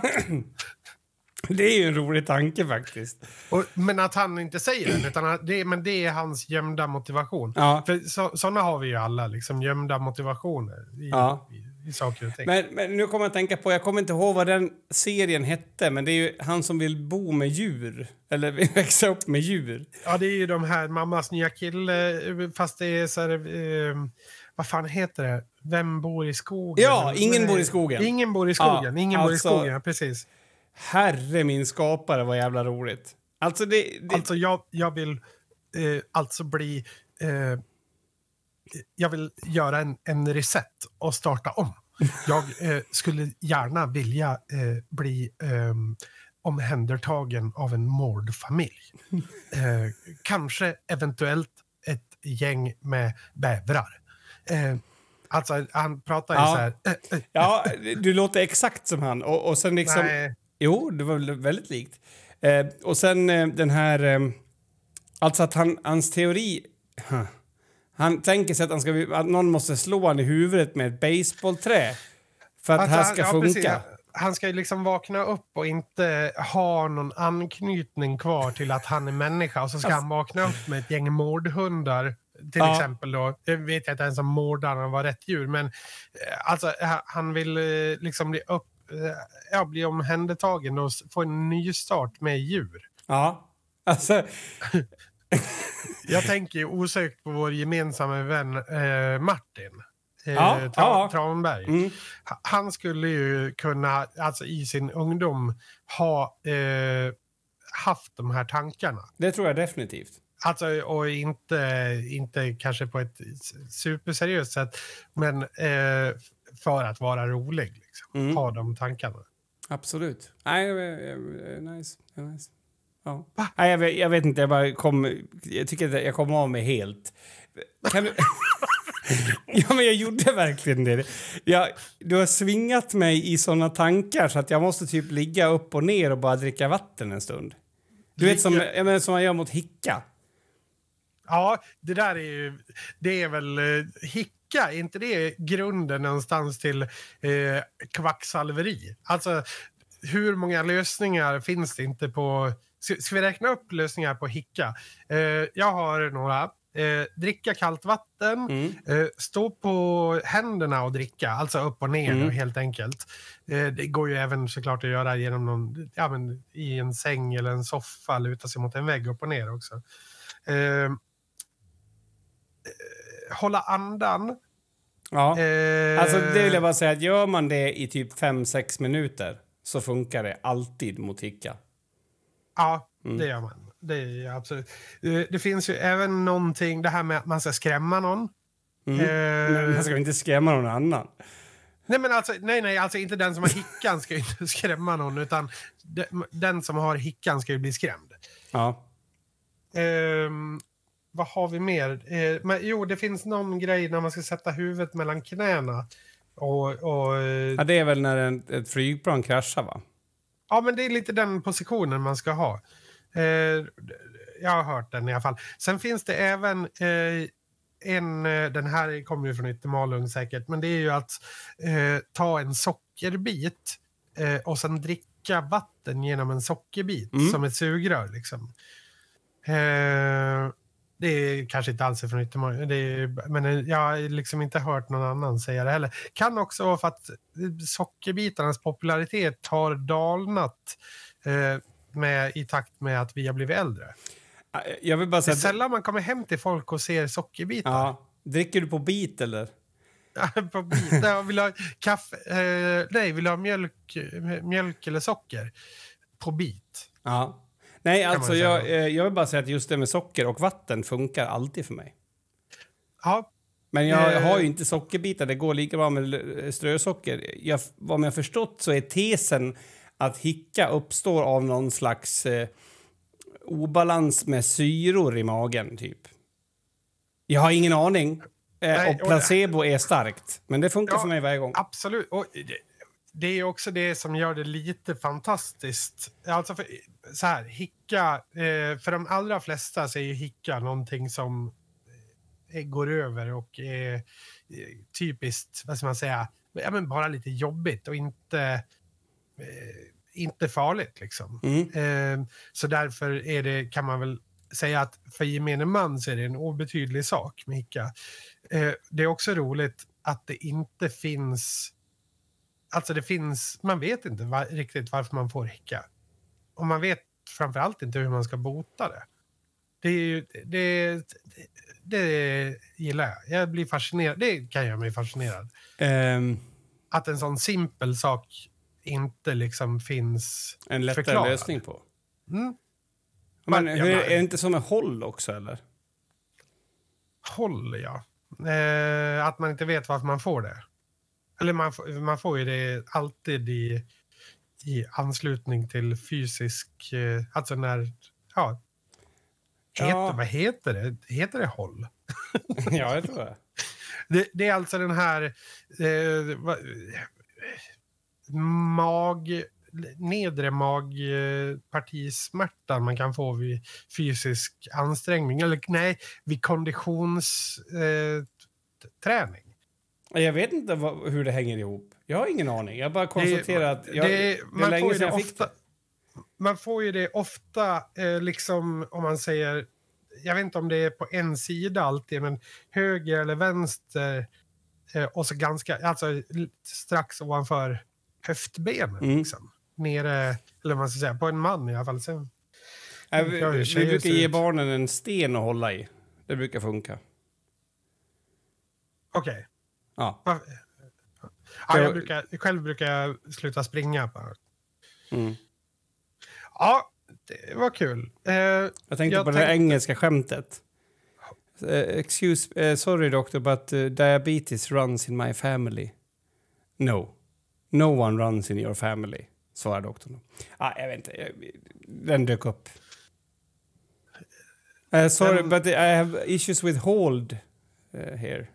det är ju en rolig tanke faktiskt. Och, men att han inte säger den, utan att det, men det är hans gömda motivation. Ja. För så, sådana har vi ju alla, liksom gömda motivationer i, Ja. i, i saker och ting. Men, men nu kommer jag att tänka på, jag kommer inte ihåg vad den serien hette, men det är ju han som vill bo med djur. Eller vill växa upp med djur. Ja, det är ju de här mammas nya kille, fast det är så här, eh, vad fan heter det? Vem bor i skogen? Ja, ingen Nej, bor i skogen. Ingen bor i skogen, Ja, ingen alltså, bor i skogen, precis. Herre min skapare, vad jävla roligt. Alltså det... det... Alltså jag, jag vill eh, alltså bli... Eh, jag vill göra en, en reset och starta om. Jag eh, skulle gärna vilja eh, bli eh, omhändertagen av en mordfamilj. Eh, kanske eventuellt ett gäng med bävrar. Eh, alltså han pratar ju Ja. så här... Eh, eh, Ja, du låter exakt som han. Och, och sen liksom... nej. Jo, det var väldigt likt. Eh, och sen eh, den här... Eh, alltså att han, hans teori... Huh. Han tänker sig att, han ska, att någon måste slå honom i huvudet med ett baseballträ för att Alltså, det här ska ja, funka. precis. Han ska ju liksom vakna upp och inte ha någon anknytning kvar till att han är människa. Och så ska Alltså, han vakna upp med ett gäng mordhundar. Till ja. exempel då. Jag vet inte ens om mordarna var rätt djur. Men alltså, han vill liksom bli, upp, ja, bli omhändertagen och få en ny start med djur. Ja, alltså... Jag tänker ju osökt på vår gemensamma vän eh, Martin. Eh, Ja, Tra- ja. Travenberg. Mm. Han skulle ju kunna, alltså i sin ungdom, ha eh, haft de här tankarna. Det tror jag definitivt. Alltså, och inte, inte kanske på ett superseriöst sätt, men eh, för att vara rolig. Liksom. Mm. Ha de tankarna. Absolut. Nej, eh, nice. nice. Ja. Nej, jag, vet, jag vet inte, jag bara kom... Jag tycker att jag kom av mig helt. Kan du... Ja, men jag gjorde verkligen det. Jag, du har svingat mig i såna tankar så att jag måste typ ligga upp och ner och bara dricka vatten en stund. Du vet, som, jag menar, som man gör mot hicka. Ja, det där är ju... Det är väl... Eh, hicka, är inte det grunden någonstans till eh, kvacksalveri? Alltså, hur många lösningar finns det inte på... Ska vi räkna upp lösningar på hicka? Eh, jag har några. Eh, dricka kallt vatten. Mm. Eh, stå på händerna och dricka. Alltså upp och ner Mm. då, helt enkelt. Eh, det går ju även såklart att göra genom någon... Ja, men, i en säng eller en soffa. Luta sig mot en vägg upp och ner också. Eh, hålla andan. Ja. Eh, Alltså, det vill jag bara säga att gör man det i typ fem sex minuter så funkar det alltid mot hicka. Ja, Mm. det gör man. Det är absolut. Eh, Det finns ju även någonting, det här med att man ska skrämma någon. Mm. Eh, Men man ska inte skrämma någon annan. nej, men alltså, nej, nej, alltså inte den som har hickan ska ju inte skrämma någon, utan de, den som har hickan ska ju bli skrämd. Ja. Ehm, vad har vi mer? Eh, men, jo, det finns någon grej när man ska sätta huvudet mellan knäna. Och, och, eh, Ja, det är väl när en, ett flygplan kraschar, va? ja, men det är lite den positionen man ska ha. Eh, jag har hört den i alla fall. Sen finns det även eh, en, eh, den här kommer ju från Yttermalung säkert, men det är ju att eh, ta en sockerbit eh, och sen dricka vatten genom en sockerbit Mm. som ett sugrör liksom. Eh, det är kanske inte alls från Yttermalung, det är, men jag har liksom inte hört någon annan säga det heller. Kan också vara för att sockerbitarnas popularitet har dalnat eh, med, i takt med att vi har blivit äldre. Jag vill bara Det är säga... sällan man kommer hem till folk och ser sockerbitar. Ja. Dricker du på bit, eller? på bit. Nej, vill ha kaffe, eh, nej, vill ha mjölk, mjölk eller socker på bit. Ja. Nej, Kan alltså man jag, säga. eh, jag vill bara säga att just det med socker och vatten funkar alltid för mig. Ja, Men jag Eh. har ju inte sockerbitar, det går lika bra med l- strösocker. Jag, vad jag förstått så är tesen att hicka uppstår av någon slags eh, obalans med syror i magen, typ. Jag har ingen aning. Eh, Nej, och och- placebo är starkt. Men det funkar Ja, för mig varje gång. absolut. Och det, det är också det som gör det lite fantastiskt. Alltså för, så här, hicka, eh, för de allra flesta så är ju hicka någonting som eh, går över och är eh, typiskt, vad ska man säga, ja, men bara lite jobbigt och inte, eh, inte farligt liksom. Mm. Eh, så därför är det, kan man väl säga att för gemene man så är det en obetydlig sak med hicka. Eh, det är också roligt att det inte finns, alltså det finns, man vet inte var, riktigt varför man får hicka. Och man vet framförallt inte hur man ska bota det. Det är ju, det, det, det gillar jag. Jag blir fascinerad, det kan göra mig fascinerad. Ehm, Att en sån simpel sak inte liksom finns en lättare förklarad. lösning på. Mm. Men Ja, hur, men- är det inte som med håll också, eller? Håll, ja. Eh, att man inte vet varför man får det. Eller man, får- man får ju det alltid i, i anslutning till fysisk... Eh, alltså när... Ja. Heter, Ja. Vad heter det? Heter det håll? Ja, det tror jag. Det, det är alltså den här... Eh, va, mag... Nedre magpartismärtan man kan få vid fysisk ansträngning. Eller nej, vid konditionsträning. Eh, träning. Jag vet inte vad, hur det hänger ihop. Jag har ingen aning. Jag bara konstaterar att jag, det, det är man, länge får ju sedan det jag fick ofta, det. man får ju det ofta, eh, liksom om man säger, jag vet inte om det är på en sida alltid, men höger eller vänster eh, och så ganska, alltså l- strax ovanför höftbenet Mm. liksom. Nere, eller vad man ska säga, på en man i alla fall. Sen, Nej, vi, Ja, det vi tjejer brukar ser ge ut. barnen en sten att hålla i. Det brukar funka. okej. Ja. Va- Ja, jag brukar, själv brukar jag sluta springa bara. Mm. Ja, det var kul. Eh, Jag tänkte Jag på det här tänkte- engelska skämtet. Uh, excuse, uh, sorry doctor, but uh, diabetes runs in my family. No. No one runs in your family, svarar doktorn. Ah, jag vet inte. Jag, den dök upp. Uh, sorry, Men- but I have issues with hold uh, here.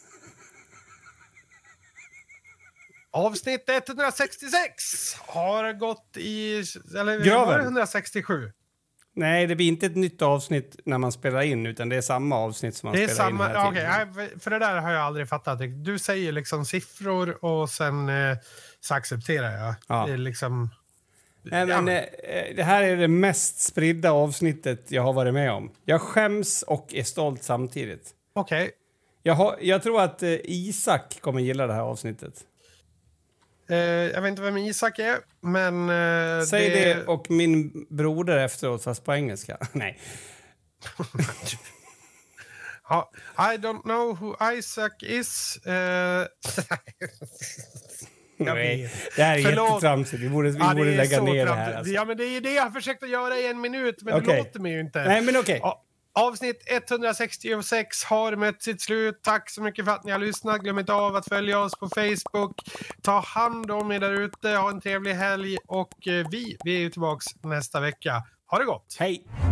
Avsnitt etthundrasextiosex har gått i... Eller Graven. var det etthundrasextiosju? Nej, det blir inte ett nytt avsnitt när man spelar in, utan det är samma avsnitt som man Det är spelar samma... in hela Okej, tiden. nej, för det där har jag aldrig fattat. Du säger liksom siffror och sen eh, så accepterar jag. Ja. Det är liksom... Nej, Ja, men, eh, det här är det mest spridda avsnittet jag har varit med om. Jag skäms och är stolt samtidigt. Okej. Jag, har, jag tror att eh, Isak kommer gilla det här avsnittet. Eh, jag vet inte vem Isak är, men... Eh, Säg det... och min broder efteråt, fast på engelska. Nej. Ja, I don't know who Isaac is. Eh, Jag Nej. vet. Det här är Förlåt. jättetramsigt. Vi borde, vi ja, det borde är lägga så ner det fram- här. Alltså. Ja, men det är det jag har försökt att göra i en minut, men det Okej. låter mig ju inte. Nej, men okej. Ja, avsnitt etthundrasextiosex har mött sitt slut. Tack så mycket för att ni har lyssnat. Glöm inte av att följa oss på Facebook. Ta hand om er där ute. Ha en trevlig helg. Och eh, vi, vi är ju tillbaka nästa vecka. Ha det gott! Hej!